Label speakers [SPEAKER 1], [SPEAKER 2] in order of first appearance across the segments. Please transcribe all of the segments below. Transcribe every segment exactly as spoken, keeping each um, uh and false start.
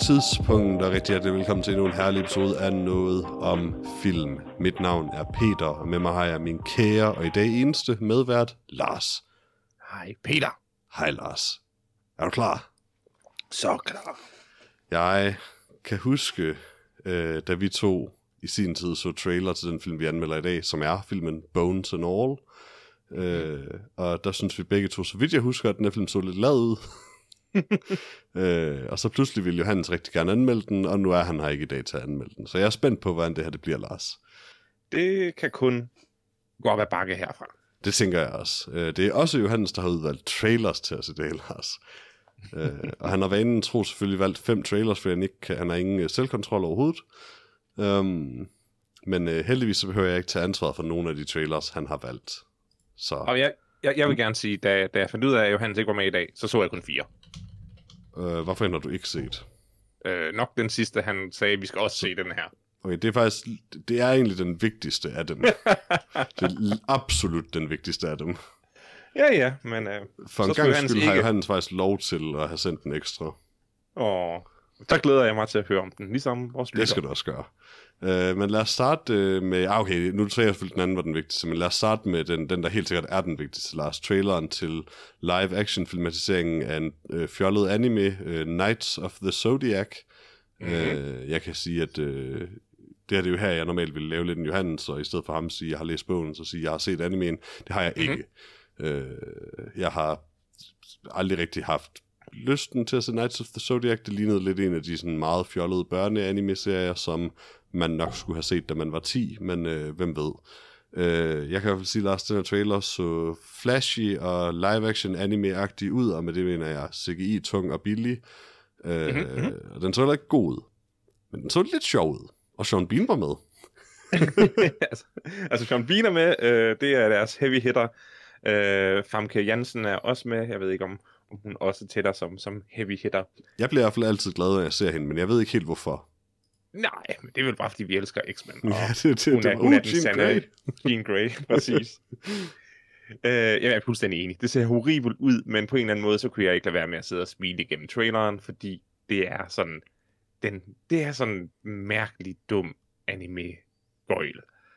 [SPEAKER 1] tidspunkt, og rigtig hjertelig velkommen til endnu en herlig episode af Noget om Film. Mit navn er Peter, og med mig har jeg min kære og i dag eneste medvært, Lars.
[SPEAKER 2] Hej Peter.
[SPEAKER 1] Hej Lars. Er du klar?
[SPEAKER 2] Så klar.
[SPEAKER 1] Jeg kan huske, øh, da vi to i sin tid så trailer til den film, vi anmelder i dag, som er filmen Bones and All. Øh, og der synes vi begge to, så vidt jeg husker, at den her film så lidt lad ud. øh, og så pludselig ville Johannes rigtig gerne anmelde den, og nu er han her ikke i dag til at anmelde den. Så jeg er spændt på, hvordan det her det bliver, Lars.
[SPEAKER 2] Det kan kun gå op ad bakke herfra.
[SPEAKER 1] Det tænker jeg også. Øh, det er også Johannes, der har udvalgt trailers til os i dag, Lars. øh, og han har vanen tro selvfølgelig valgt fem trailers, for han, ikke kan, han har ingen øh, selvkontrol overhovedet. Um, men øh, heldigvis så behøver jeg ikke tage ansvaret for nogle af de trailers, han har valgt. Så.
[SPEAKER 2] Og jeg, jeg, jeg vil gerne sige, da, da jeg fandt ud af, at Johannes ikke var med i dag, så så jeg kun fire.
[SPEAKER 1] Øh, hvorfor har du ikke set?
[SPEAKER 2] Øh, nok den sidste, han sagde, vi skal også se den her.
[SPEAKER 1] Okay, det er faktisk, det er egentlig den vigtigste af dem. Det er absolut den vigtigste af dem.
[SPEAKER 2] Ja, ja, men øh,
[SPEAKER 1] for en gang skyld ikke... har Johannes faktisk lov til at have sendt den ekstra.
[SPEAKER 2] Åh, der glæder jeg mig til at høre om den, ligesom vores lytter.
[SPEAKER 1] Det skal du også gøre. Uh, men lad os starte uh, med, ah, okay, nu tror jeg selvfølgelig, den anden var den vigtigste, men lad os starte med den, den der helt sikkert er den vigtigste, Lars. Traileren til live-action filmatiseringen af en uh, fjollet anime, uh, Knights of the Zodiac. Mm-hmm. Uh, jeg kan sige, at uh, det her det er jo her, jeg normalt ville lave lidt en Johannes, og i stedet for ham sige, at jeg har læst bogen, så sige, at jeg har set animeen. Det har jeg ikke. Mm-hmm. Uh, jeg har aldrig rigtig haft lysten til at se Knights of the Zodiac. Det lignede lidt en af de sådan meget fjollede børne-anime-serier, som man nok skulle have set, da man var ti, men øh, hvem ved. Øh, jeg kan i hvert fald sige, at Lars, den her trailer så flashy og live-action anime-agtig ud, og med det mener jeg C G I-tung og billig. Øh, mm-hmm. Og den så heller ikke god ud, men den så lidt sjov ud, og Sean Bean var med.
[SPEAKER 2] altså, altså Sean Bean er med, øh, det er deres heavy hitter. Øh, Famke Jansen er også med, jeg ved ikke om om hun også tætter som, som heavy hitter.
[SPEAKER 1] Jeg bliver i hvert fald altid glad, når jeg ser hende, men jeg ved ikke helt hvorfor.
[SPEAKER 2] Nej, men det er vel bare, fordi vi elsker X-Men.
[SPEAKER 1] Ja, det, det,
[SPEAKER 2] hun er,
[SPEAKER 1] det,
[SPEAKER 2] hun er
[SPEAKER 1] uh,
[SPEAKER 2] den
[SPEAKER 1] Jean
[SPEAKER 2] sande
[SPEAKER 1] Grey.
[SPEAKER 2] Jean Grey, præcis. uh, jeg er fuldstændig enig. Det ser horribelt ud, men på en eller anden måde, så kunne jeg ikke lade være med at sidde og smile igennem traileren, fordi det er sådan, den, det er sådan mærkelig dum anime-gøjl.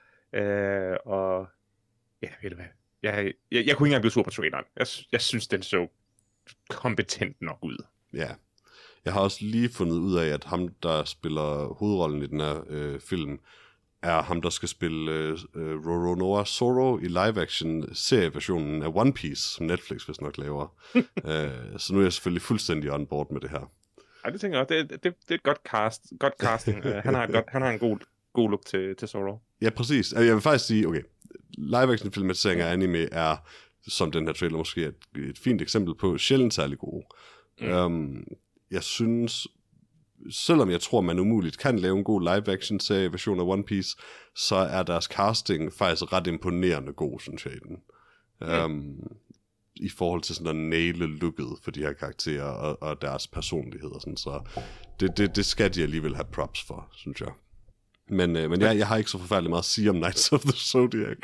[SPEAKER 2] Uh, og ja, ved du hvad? Jeg, jeg, jeg kunne ikke engang blive sur på traileren. Jeg, jeg synes, den så kompetent nok ud.
[SPEAKER 1] Ja. Jeg har også lige fundet ud af, at ham, der spiller hovedrollen i den her øh, film, er ham, der skal spille øh, Roronoa Zoro i live-action-serieversionen af One Piece, som Netflix vist nok laver. øh, så nu er jeg selvfølgelig fuldstændig on board med det her.
[SPEAKER 2] Ja, det tænker jeg. Det, det, det er et godt cast, godt casting. uh, han har, godt, han har en god, god look til, til Zoro.
[SPEAKER 1] Ja, præcis. Jeg vil faktisk sige, okay, live-action-filmatisering af anime er, som den her trailer måske er et, et fint eksempel på, sjældent særlig gode. Mm. Um, jeg synes, selvom jeg tror, man umuligt kan lave en god live-action-serie version af One Piece, så er deres casting faktisk ret imponerende god, synes jeg, i den. Mm. Um, I forhold til sådan at naile looket for de her karakterer og, og deres personligheder. Sådan, så det, det, det skal de alligevel have props for, synes jeg. Men, øh, men jeg, jeg har ikke så forfærdeligt meget at sige om Knights of the Zodiac.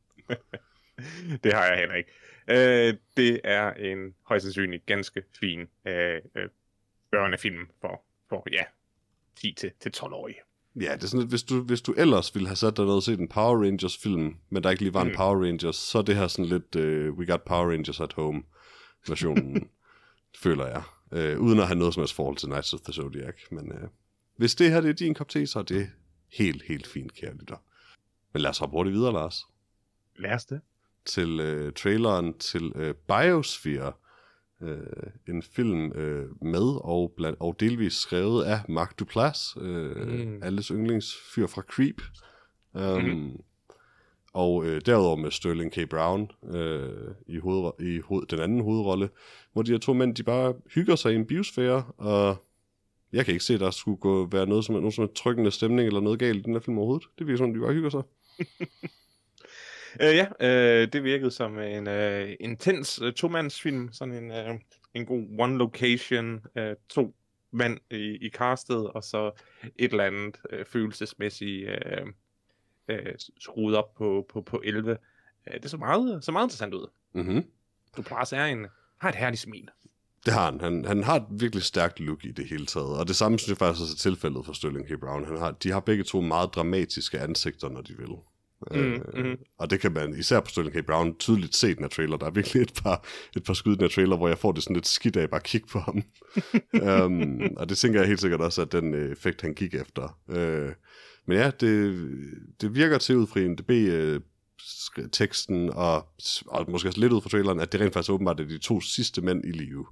[SPEAKER 2] Det har jeg heller ikke. Øh, det er en højst sandsynligt ganske fin øh, øh, børnefilm for, for ja, ti til tolv-årige.
[SPEAKER 1] Ja, det er sådan lidt, hvis du, hvis du ellers ville have sat dig ned og set en Power Rangers film, men der ikke lige var en mm. Power Rangers, så er det her sådan lidt uh, We Got Power Rangers at Home versionen, føler jeg. Uh, uden at have noget som helst forhold til Knights of the Zodiac. Men uh, hvis det her det er din kop te, så er det helt, helt fint, kære lytter. Men lad os hoppe hurtigt videre, Lars.
[SPEAKER 2] Lad os det.
[SPEAKER 1] Til uh, traileren til uh, Biosphere. Uh, en film uh, med og, blandt, og delvis skrevet af Mark Duplass, uh, mm. alles yndlingsfyr fra Creep. Um, mm. Og uh, derudover med Sterling K. Brown uh, i, hoved, i hoved, den anden hovedrolle, hvor de her to mænd, de bare hygger sig i en biosfære, og jeg kan ikke se, at der skulle gå, være noget som, noget som en trykkende stemning eller noget galt i den her film overhovedet. Det virker sådan, de bare hygger sig.
[SPEAKER 2] Uh, ja, uh, det virkede som en uh, intens uh, to-mandsfilm, sådan en, uh, en god one-location, uh, to mand i, i castet, og så et eller andet uh, følelsesmæssigt uh, uh, skruet op på, på, på elleve. Uh, det så meget, så meget interessant ud.
[SPEAKER 1] Mhm.
[SPEAKER 2] Duplass er en, har et herligt smil.
[SPEAKER 1] Det har han. han. Han har et virkelig stærkt look i det hele taget, og det samme synes jeg faktisk også er tilfældet for Sterling K. Brown. Han har, de har begge to meget dramatiske ansigter, når de vil. Mm, øh, mm. Og det kan man især på Sterling K. Brown tydeligt se i den her trailer. Der er virkelig et par, et par skud i den her trailer, hvor jeg får det sådan lidt skidt af bare at kigge på ham. um, og det tænker jeg helt sikkert også, at den øh, effekt, han gik efter. Uh, men ja, det, det virker til ud fra I M D B øh, teksten, og, og måske også lidt ud fra traileren, at det rent faktisk åbenbart er de to sidste mænd i live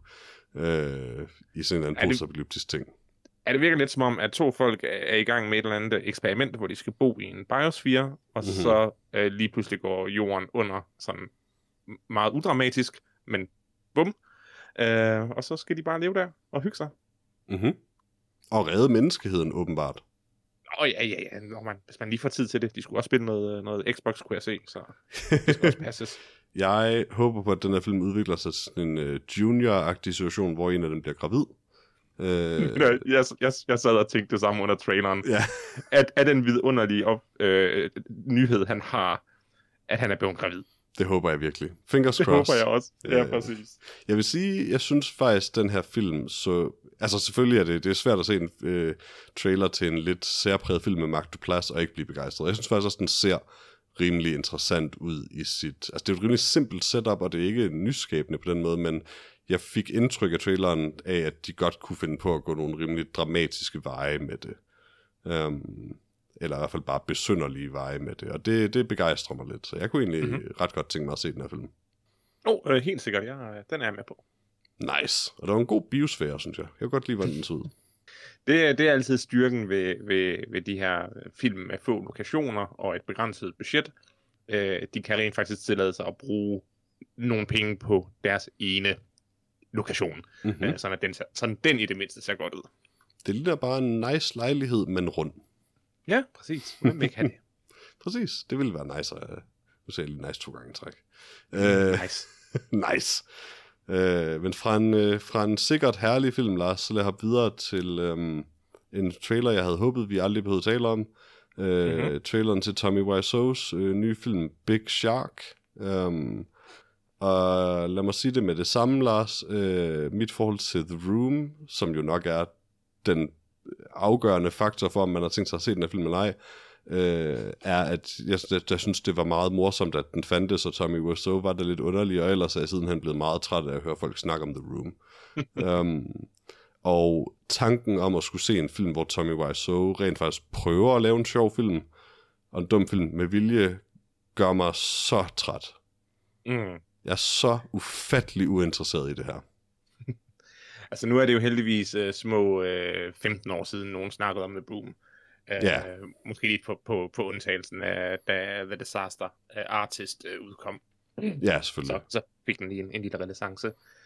[SPEAKER 1] øh, i sådan en postapokalyptisk ting.
[SPEAKER 2] Er det virkelig lidt som om, at to folk er i gang med et eller andet eksperiment, hvor de skal bo i en biosfære, og mm-hmm. så øh, lige pludselig går jorden under, sådan meget udramatisk, men bum. Øh, og så skal de bare leve der og hygge sig.
[SPEAKER 1] Mm-hmm. Og redde menneskeheden, åbenbart.
[SPEAKER 2] Åh oh, ja, ja, ja. Nå, man, hvis man lige får tid til det. De skulle også spille noget, noget Xbox, kunne jeg se, så det skal også passes.
[SPEAKER 1] Jeg håber på, at den her film udvikler sig til en uh, junior-agtig situation, hvor en af dem bliver gravid. Uh...
[SPEAKER 2] jeg, jeg, jeg sad og tænkte det samme under traileren.
[SPEAKER 1] Ja.
[SPEAKER 2] at, at den vidunderlige op, øh, nyhed, han har, at han er blevet gravid.
[SPEAKER 1] Det håber jeg virkelig. Fingers
[SPEAKER 2] det
[SPEAKER 1] crossed.
[SPEAKER 2] Det håber jeg også. Ja, uh, præcis.
[SPEAKER 1] Jeg vil sige, jeg synes faktisk, den her film så... Altså selvfølgelig er det, det er svært at se en øh, trailer til en lidt særpræget film med Mark Duplass og ikke blive begejstret. Jeg synes faktisk også, den ser rimelig interessant ud i sit... Altså det er et rimelig simpelt setup, og det er ikke nyskabende på den måde, men jeg fik indtryk af traileren af, at de godt kunne finde på at gå nogle rimelig dramatiske veje med det. Um, eller i hvert fald bare besynderlige veje med det, og det, det begejstrer mig lidt. Så jeg kunne egentlig mm-hmm. ret godt tænke mig at se den her film.
[SPEAKER 2] Åh, oh, øh, helt sikkert. Jeg, den er jeg med på.
[SPEAKER 1] Nice. Og der var en god biosfære, synes jeg. Jeg kan godt lide, hvordan den så ud.
[SPEAKER 2] Det, det er altid styrken ved, ved, ved de her film med få lokationer og et begrænset budget. Øh, de kan rent faktisk tillade sig at bruge nogle penge på deres ene lokation. Mm-hmm. Øh, sådan, at den, sådan den i det mindste ser godt ud.
[SPEAKER 1] Det ligner bare en nice lejlighed, men rund.
[SPEAKER 2] Ja, præcis. Hvem vil ikke have det?
[SPEAKER 1] Præcis. Det ville være nice. Uh, nu ser jeg lige nice to gange træk.
[SPEAKER 2] Mm, uh, nice.
[SPEAKER 1] nice. Uh, men fra en, uh, fra en sikkert herlig film, Lars, så lad jeg hoppe videre til um, en trailer, jeg havde håbet, vi aldrig behøvede tale om. Uh, mm-hmm. Traileren til Tommy Wiseau's uh, nye film, Big Shark. Um, og lad mig sige det med det samme, Lars. Uh, mit forhold til The Room, som jo nok er den afgørende faktor for, om man har tænkt sig at se den her film eller ej, øh, er, at jeg, jeg, jeg synes, det var meget morsomt, at den fandtes, og Tommy Wiseau var det lidt underlig, og ellers er jeg sidenhen blevet meget træt af at høre folk snakke om The Room. um, og tanken om at skulle se en film, hvor Tommy Wiseau rent faktisk prøver at lave en sjov film, og en dum film med vilje, gør mig så træt. Mm. Jeg er så ufattelig uinteresseret i det her.
[SPEAKER 2] Altså nu er det jo heldigvis uh, små uh, femten år siden, nogen snakkede om The Room. Uh, yeah. Måske lige på, på, på undtagelsen af, da The Disaster uh, Artist uh, udkom.
[SPEAKER 1] Ja, selvfølgelig.
[SPEAKER 2] Så, så fik den lige en, en lille renaissance.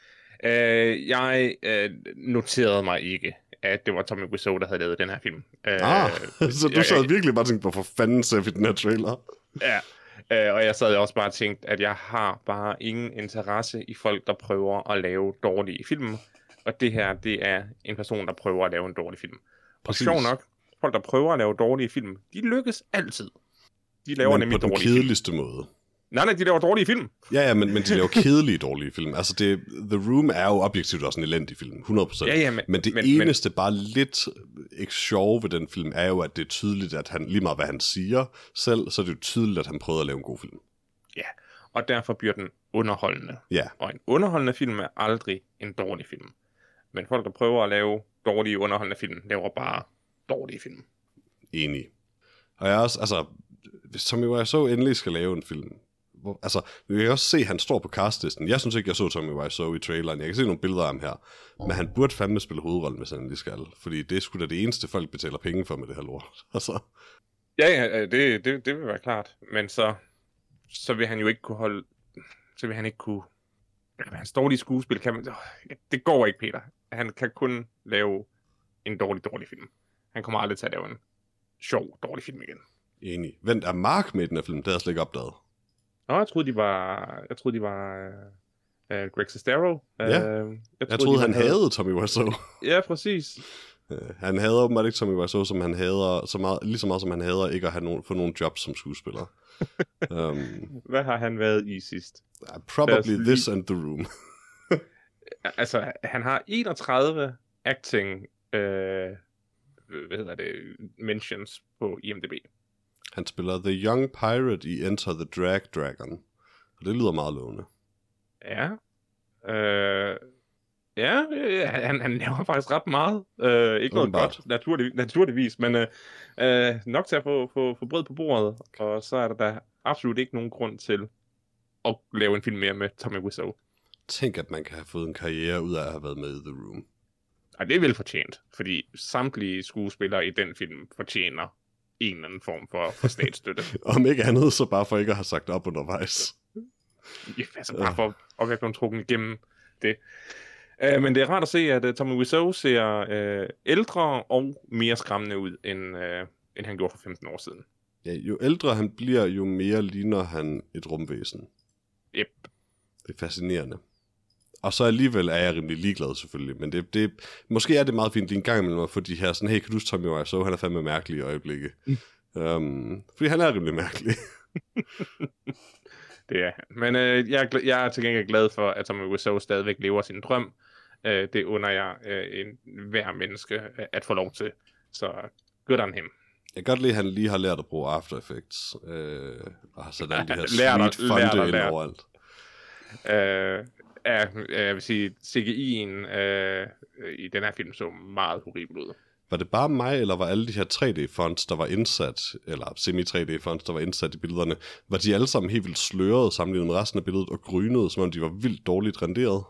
[SPEAKER 2] Uh, jeg uh, noterede mig ikke, at det var Tommy Wiseau, der havde lavet den her film. Uh,
[SPEAKER 1] ah, så du sad virkelig bare og tænkte på, for fanden ser vi den her trailer?
[SPEAKER 2] Ja, uh, og jeg sad også bare og tænkte, at jeg har bare ingen interesse i folk, der prøver at lave dårlige film. Og det her, det er en person, der prøver at lave en dårlig film. Og sjov nok, folk, der prøver at lave dårlige film, de lykkes altid. De laver
[SPEAKER 1] men
[SPEAKER 2] nemlig
[SPEAKER 1] på den
[SPEAKER 2] dårlige
[SPEAKER 1] kedeligste
[SPEAKER 2] film.
[SPEAKER 1] måde.
[SPEAKER 2] Nej, nej, de laver dårlige film.
[SPEAKER 1] Ja, ja, men, men de laver kedelige dårlige film. Altså, det, The Room er jo objektivt også en elendig film, hundrede procent.
[SPEAKER 2] Ja, ja, men,
[SPEAKER 1] men det
[SPEAKER 2] men,
[SPEAKER 1] eneste, men, bare lidt ikke sjove ved den film, er jo, at det er tydeligt, at han, lige meget hvad han siger selv, så er det jo tydeligt, at han prøver at lave en god film.
[SPEAKER 2] Ja, og derfor bliver den underholdende.
[SPEAKER 1] Ja.
[SPEAKER 2] Og en underholdende film er aldrig en dårlig film. Men folk, der prøver at lave dårlige, underholdende film, laver bare dårlige film.
[SPEAKER 1] Enig. Og jeg også, altså, hvis Tommy Wiseau endelig skal lave en film, hvor, altså, vi kan også se, at han står på castlisten. Jeg synes ikke, jeg så Tommy Wiseau i traileren. Jeg kan se nogle billeder af ham her. Men han burde fandme spille hovedrollen, hvis han endelig skal. Fordi det er sgu da det eneste, folk betaler penge for med det her lort. Altså.
[SPEAKER 2] Ja, ja, det, det, det vil være klart. Men så, så vil han jo ikke kunne holde... Så vil han ikke kunne... Hans dårlige skuespil kan man... Det går ikke, Peter. Han kan kun lave en dårlig, dårlig film. Han kommer aldrig til at lave en sjov, dårlig film igen.
[SPEAKER 1] Enig. Vent, er Mark med i den her film? Det har jeg slet ikke opdaget.
[SPEAKER 2] Nå, jeg troede, de var... Jeg troede, de var... Uh, Greg Sestero. Uh,
[SPEAKER 1] ja, jeg, troede, jeg troede han havde... havde Tommy Wiseau.
[SPEAKER 2] Ja, præcis.
[SPEAKER 1] Uh, han hader åbenbart ikke Tommy Wiseau, som han hader, så meget, lige så meget som han hader ikke at have nogen, få nogen jobs som skuespiller. um,
[SPEAKER 2] Hvad har han været i sidst?
[SPEAKER 1] Uh, probably This and The Room.
[SPEAKER 2] Altså, han har enogtredive acting, øh, hvad hedder det, mentions på I M D B.
[SPEAKER 1] Han spiller The Young Pirate i Enter the Drag Dragon. Og det lyder meget lovende.
[SPEAKER 2] Ja. Øh, ja, øh, han, han laver faktisk ret meget. Øh, ikke noget
[SPEAKER 1] Åbenbart.
[SPEAKER 2] godt, naturlig, naturligvis, men øh, øh, nok til at få, få, få brød på bordet. Og så er der da absolut ikke nogen grund til at lave en film mere med Tommy Wiseau.
[SPEAKER 1] Tænk, at man kan have fået en karriere ud af at have været med i The Room.
[SPEAKER 2] Og det er vel fortjent, fordi samtlige skuespillere i den film fortjener en eller anden form for, for statsstøtte.
[SPEAKER 1] Om ikke andet, så bare for ikke at have sagt op undervejs.
[SPEAKER 2] Ja, altså bare for at være blevet trukket igennem det. Uh, men det er rart at se, at uh, Tommy Wiseau ser uh, ældre og mere skræmmende ud, end, uh, end han gjorde for femten år siden.
[SPEAKER 1] Ja, jo ældre han bliver, jo mere ligner han et rumvæsen.
[SPEAKER 2] Yep.
[SPEAKER 1] Det er fascinerende. Og så alligevel er jeg rimelig ligeglad selvfølgelig, men det, det, måske er det meget fint lige en gang imellem at få de her sådan, hey, kan du huske Tommy Wiseau, han er fandme mærkelig i øjeblikket. Mm. Um, fordi han er rimelig mærkelig.
[SPEAKER 2] Det er han. Men øh, jeg, er, jeg er til gengæld glad for, at Tommy Wiseau stadigvæk lever sin drøm. Øh, det under jeg øh, en hver menneske øh, at få lov til. Så good on him.
[SPEAKER 1] Jeg kan godt lide, at han lige har lært at bruge After Effects. Øh, og har sat alle de her
[SPEAKER 2] Lært
[SPEAKER 1] sweet
[SPEAKER 2] og- lært
[SPEAKER 1] fonde
[SPEAKER 2] og
[SPEAKER 1] ind
[SPEAKER 2] lært.
[SPEAKER 1] overalt.
[SPEAKER 2] Øh, ja, jeg vil sige, C G I'en øh, i den her film så meget horribel ud.
[SPEAKER 1] Var det bare mig, eller var alle de her tre D-fonts, der var indsat, eller semi-tre D-fonts, der var indsat i billederne, var de alle sammen helt vildt slørede sammenlignet med resten af billedet og grynede, som om de var vildt dårligt renderet?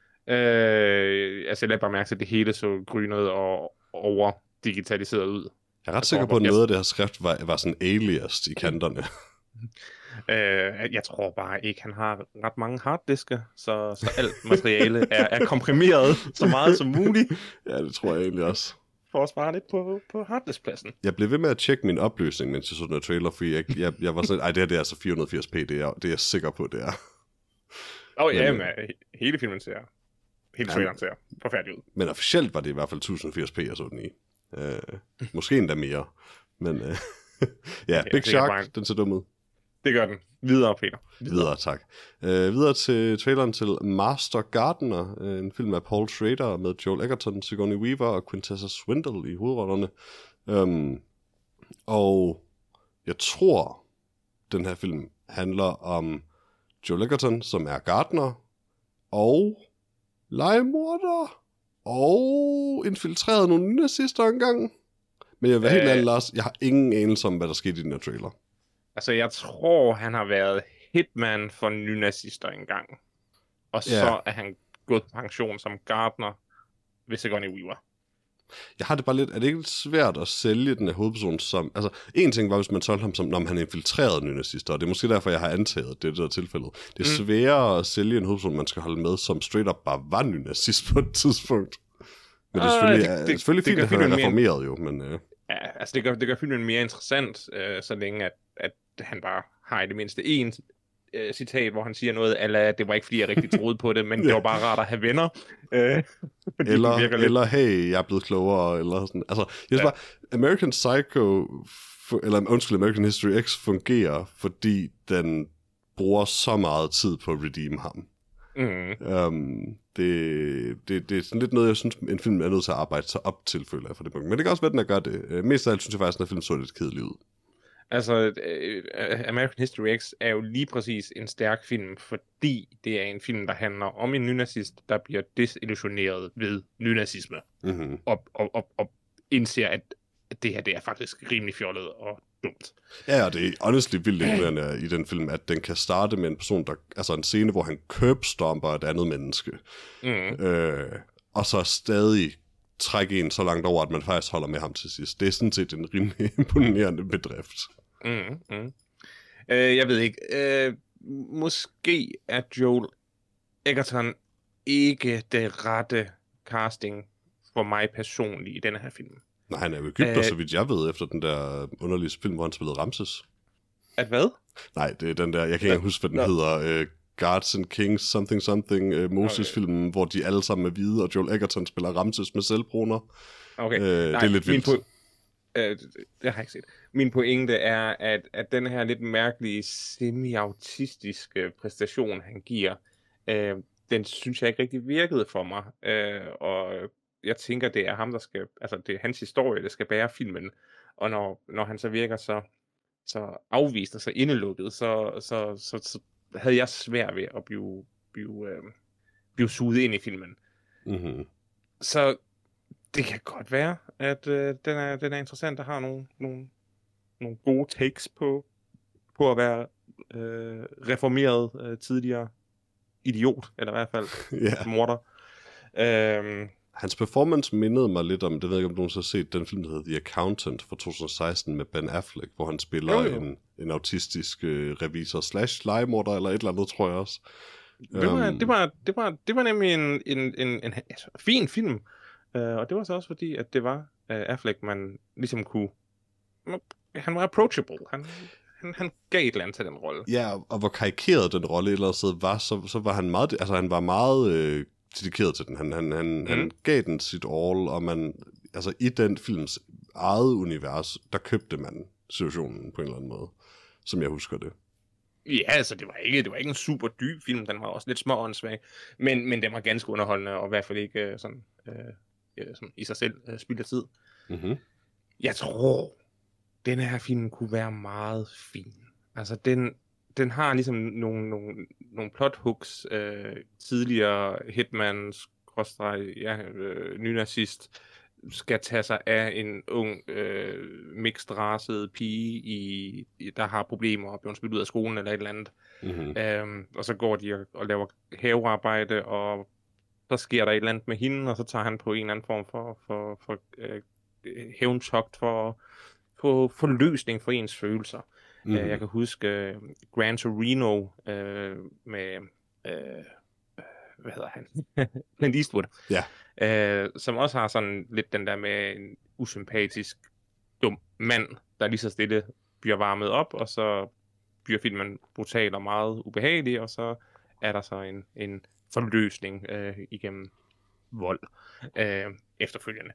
[SPEAKER 2] Øh, altså jeg lagde bare mærke til, at det hele så grynet og over digitaliseret ud.
[SPEAKER 1] Jeg er ret sikker på, at noget af det her skrift var, var sådan alias i kanterne.
[SPEAKER 2] Øh, jeg tror bare ikke, han har ret mange harddiske, så, så alt materiale er, er komprimeret så meget som muligt,
[SPEAKER 1] Ja, det tror jeg egentlig også.
[SPEAKER 2] for at spare lidt på, på harddiskpladsen.
[SPEAKER 1] Jeg blev ved med at tjekke min opløsning, mens jeg så den her trailer, fordi jeg, jeg, jeg var sådan, ej, det her det er altså fire hundrede og firs p, det er, det er jeg sikker på, det er.
[SPEAKER 2] Åh oh, ja,
[SPEAKER 1] Men,
[SPEAKER 2] men he- hele filmen ser, hele
[SPEAKER 1] Ja,
[SPEAKER 2] traileren ser forfærdelig ud.
[SPEAKER 1] Men officielt var det i hvert fald tusind og firs p, jeg så den i. Øh, måske endda mere. Men øh, ja, Big
[SPEAKER 2] det er
[SPEAKER 1] Shark,
[SPEAKER 2] bare en-
[SPEAKER 1] den ser dum ud.
[SPEAKER 2] Det gør den. Videre, Peter.
[SPEAKER 1] Videre, tak. Øh, videre til traileren til Master Gardener, øh, en film af Paul Schrader med Joel Edgerton, Sigourney Weaver og Quintessa Swindle i hovedrollerne. Um, og jeg tror, den her film handler om Joel Edgerton, som er gardener, og legemorder, og infiltreret nogle nazister engang. Men jeg vil helt
[SPEAKER 2] Øh.
[SPEAKER 1] ærlig, Lars, jeg har ingen anelse om, hvad der skete i den her trailer.
[SPEAKER 2] Altså, jeg tror, han har været hitman for nynazister engang. Og så
[SPEAKER 1] Ja.
[SPEAKER 2] er han gået på pension som gartner ved Sigourney Weaver.
[SPEAKER 1] Jeg har det bare lidt, er det ikke lidt svært at sælge den her hovedperson som, altså en ting var, hvis man solgte ham som, når han infiltrerede nynazister, og det er måske derfor, jeg har antaget, at det er det der tilfældet. Det er
[SPEAKER 2] Mm.
[SPEAKER 1] sværere at sælge en hovedperson, man skal holde med, som straight up bare var nynazist på et tidspunkt. Men det er
[SPEAKER 2] Ah,
[SPEAKER 1] selvfølgelig,
[SPEAKER 2] det-
[SPEAKER 1] det,
[SPEAKER 2] det-
[SPEAKER 1] selvfølgelig
[SPEAKER 2] det
[SPEAKER 1] fint,
[SPEAKER 2] gør
[SPEAKER 1] at han er
[SPEAKER 2] filmen mere-
[SPEAKER 1] reformeret jo, men øh,
[SPEAKER 2] Ja, altså det gør, det gør filmen mere interessant, øh, så længe at, at han bare har i det mindste en øh, citat, hvor han siger noget, eller det var ikke fordi jeg rigtig troede på det, men det var bare rart at have venner. Øh, fordi
[SPEAKER 1] eller,
[SPEAKER 2] det virker lidt-
[SPEAKER 1] eller hey, jeg er blevet klogere, eller sådan. Altså, jeg synes
[SPEAKER 2] Ja.
[SPEAKER 1] bare, American Psycho, fu- eller undskyld, American History X fungerer, fordi den bruger så meget tid på at redeem ham.
[SPEAKER 2] Mm.
[SPEAKER 1] Um, det, det, det er sådan lidt noget, jeg synes, en film er nødt til at arbejde sig op til, føler jeg, for det punkt. Men det kan også være, at den er gør det. Uh, mest af alt synes jeg faktisk, at den her film så lidt kedelig ud.
[SPEAKER 2] Altså, øh, American History X er jo lige præcis en stærk film, fordi det er en film, der handler om en nynazist, der bliver desillusioneret ved nynazisme,
[SPEAKER 1] Mm-hmm.
[SPEAKER 2] og, og, og, og indser, at at det her det er faktisk rimelig fjollet og dumt.
[SPEAKER 1] Ja, og det er honestly vildt imponerende i den film, at den kan starte med en person, der, altså en scene, hvor han købstomper et andet menneske,
[SPEAKER 2] Mm.
[SPEAKER 1] øh, og så stadig trække en så langt over, at man faktisk holder med ham til sidst. Det er sådan set en rimelig imponerende bedrift.
[SPEAKER 2] Mm, mm. Øh, jeg ved ikke. Øh, måske er Joel Edgerton ikke det rette casting for mig personligt i denne her film.
[SPEAKER 1] Nej, han er jo Egypter,
[SPEAKER 2] Øh.
[SPEAKER 1] så vidt jeg ved, efter den der underlige film, hvor han spillede Ramses.
[SPEAKER 2] At hvad?
[SPEAKER 1] Nej, det er den der, jeg kan ikke engang huske, hvad den
[SPEAKER 2] Nå.
[SPEAKER 1] hedder, uh, Gods and Kings, something something, uh, Moses-filmen, okay. hvor de alle sammen er hvide, og Joel Edgerton spiller Ramses med selvbruner.
[SPEAKER 2] Okay.
[SPEAKER 1] Øh, det er lidt
[SPEAKER 2] min
[SPEAKER 1] vildt.
[SPEAKER 2] Po- øh, det har jeg ikke set. Min pointe er, at, at den her lidt mærkelige, semi-autistiske præstation, han giver, øh, den synes jeg ikke rigtig virkede for mig. Øh, og jeg tænker, det er ham, der skal, altså det er hans historie, der skal bære filmen. Og når, når han så virker så, så afvist og så indelukket, så, så, så, så havde jeg svært ved at blive, blive, øh, blive suget ind i filmen.
[SPEAKER 1] Mm-hmm.
[SPEAKER 2] Så det kan godt være, at øh, den, er, den er interessant, og har nogle, nogle, nogle gode takes på, på at være øh, reformeret øh, tidligere idiot, eller i hvert fald
[SPEAKER 1] yeah.
[SPEAKER 2] morder. Øhm,
[SPEAKER 1] Hans performance mindede mig lidt om, det ved jeg ikke, om du har set den film, der hedder The Accountant fra to tusind og seksten med Ben Affleck, hvor han spiller
[SPEAKER 2] jo, jo.
[SPEAKER 1] en, en autistisk øh, revisor slash legemorder, eller et eller andet, tror jeg også.
[SPEAKER 2] Det var, um, det var, det var, det var nemlig en, en, en, en altså, fin film, uh, og det var så også fordi, at det var uh, Affleck, man ligesom kunne, han var approachable, han, han, han gav et eller andet til den rolle.
[SPEAKER 1] Ja, og hvor karikeret den rolle ellers var, så, så var han meget, altså han var meget øh, dedikeret til den. Han, han, han, mm. han gav den sit all, og man, altså i den films eget univers, der købte man situationen på en eller anden måde, som jeg husker det.
[SPEAKER 2] Ja, altså det var ikke, det var ikke en super dyb film, den var også lidt smååndssvag, men, men den var ganske underholdende, og i hvert fald ikke uh, sådan, uh, sådan i sig selv uh, spild af tid.
[SPEAKER 1] Mm-hmm.
[SPEAKER 2] Jeg tror, den her film kunne være meget fin. Altså den, den har ligesom nogle, nogle, nogle plot hooks, uh, tidligere hitman, skråstreg, ja, uh, nynazist, skal tage sig af en ung, øh, mixed-racet pige, i, i, der har problemer og bliver smidt ud af skolen eller et eller andet.
[SPEAKER 1] Mm-hmm.
[SPEAKER 2] Øhm, og så går de og, og laver havearbejde, og så sker der et eller andet med hende, og så tager han på en eller anden form for, for, for øh, hævntogt for at få forløsning for ens følelser. Mm-hmm. Øh, jeg kan huske uh, Gran Torino øh, med... Øh, hvad hedder han? Clint Eastwood.
[SPEAKER 1] Ja.
[SPEAKER 2] Øh, som også har sådan lidt den der med en usympatisk, dum mand, der lige så stille bliver varmet op, og så bliver filmen brutal og meget ubehagelig, og så er der så en, en forløsning øh, igennem vold øh, efterfølgende.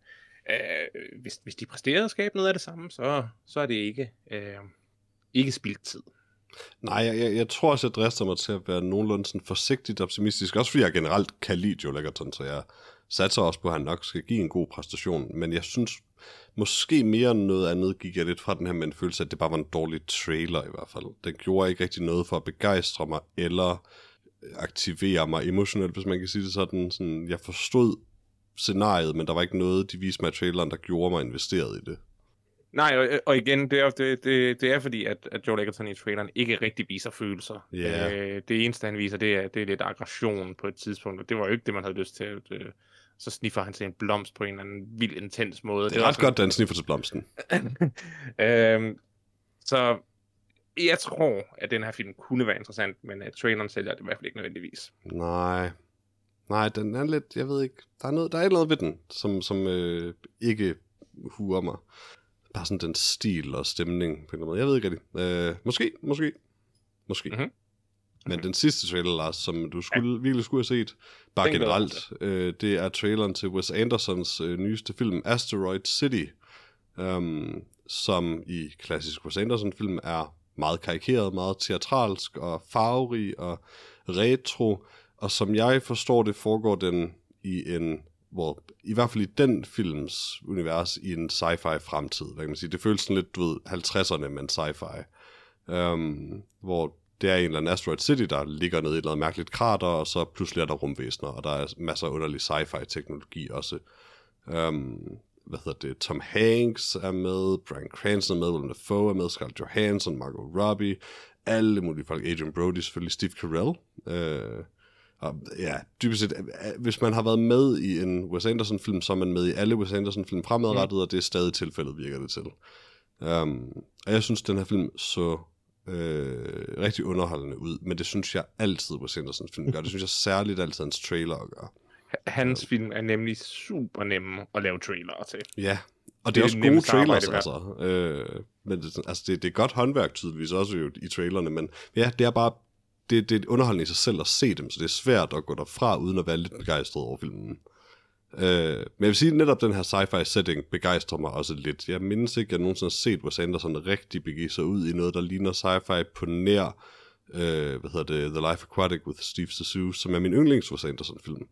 [SPEAKER 2] Øh, hvis, hvis de præsterer at skabe noget af det samme, så, så er det ikke, øh, ikke spildt tid.
[SPEAKER 1] Nej, jeg, jeg, jeg tror også, jeg drister mig til at være nogenlunde sådan forsigtigt optimistisk. Også fordi jeg generelt kan lide Joel Edgerton, så jeg satser også på, at han nok skal give en god præstation. Men jeg synes, måske mere end noget andet gik jeg lidt fra den her med en følelse af, at det bare var en dårlig trailer i hvert fald. Den gjorde ikke rigtig noget for at begejstre mig, eller aktivere mig emotionelt, hvis man kan sige det sådan. sådan jeg forstod scenariet, men der var ikke noget, de viste mig i traileren, der gjorde mig investeret i det.
[SPEAKER 2] Nej, og, og igen, det er, det, det, det er fordi, at, at Joel Edgerton i traileren ikke rigtig viser følelser.
[SPEAKER 1] Yeah.
[SPEAKER 2] Øh, det eneste, han viser, det er, det er lidt aggression på et tidspunkt, og det var jo ikke det, man havde lyst til. Det, så sniffer han til en blomst på en eller anden vild intens måde.
[SPEAKER 1] Det er det ret godt, at han sniffer til blomsten.
[SPEAKER 2] øhm, så jeg tror, at den her film kunne være interessant, men uh, traileren sælger det i hvert fald ikke nødvendigvis.
[SPEAKER 1] Nej, Nej, den er lidt, jeg ved ikke, der er noget, der er noget ved den, som, som øh, ikke huer mig. Bare sådan den stil og stemning på en eller anden måde. Jeg ved ikke rigtig. Øh, måske, måske, måske. Mm-hmm. Men den sidste trailer, Lars, som du skulle, ja. virkelig skulle have set, bare den generelt, øh, det er traileren til Wes Andersons øh, nyeste film, Asteroid City, um, som i klassisk Wes Anderson-film er meget karikeret, meget teatralsk og farverig og retro, og som jeg forstår det, foregår den i en, hvor i hvert fald i den films univers, i en sci-fi fremtid, hvad kan man sige. Det føles sådan lidt, du ved, halvtredserne, men sci-fi. Um, hvor det er en eller anden Asteroid City, der ligger nede i et eller andet mærkeligt krater, og så pludselig er der rumvæsener, og der er masser af underlig sci-fi teknologi også. Um, hvad hedder det? Tom Hanks er med, Bryan Cranston er med, Willem Dafoe er med, Scarlett Johansson, Margot Robbie, alle mulige folk, Adrian Brody, selvfølgelig Steve Carell. Uh, og ja, dybest set, hvis man har været med i en Wes Anderson-film, så er man med i alle Wes Anderson-film fremadrettet, mm. og det er stadig tilfældet, virker det til. Um, og jeg synes, den her film så øh, rigtig underholdende ud, men det synes jeg altid Wes Anderson-film gør. Det synes jeg særligt altid hans trailer gør.
[SPEAKER 2] Hans um, film er nemlig super nemme at lave trailere til.
[SPEAKER 1] Ja, og det, det er også gode trailers, altså. Øh, men det, altså det, det er godt håndværk tydeligvis også jo i trailerne, men ja, det er bare det, det er underholdende i sig selv at se dem, så det er svært at gå derfra, uden at være lidt begejstret over filmen. Øh, men jeg vil sige, at netop den her sci-fi setting begejstrer mig også lidt. Jeg mindes ikke, at jeg nogensinde har set Wes Anderson rigtig begive sig ud i noget, der ligner sci-fi på nær øh, hvad hedder det, The Life Aquatic with Steve Zissou, som er min yndlings Wes Anderson-film.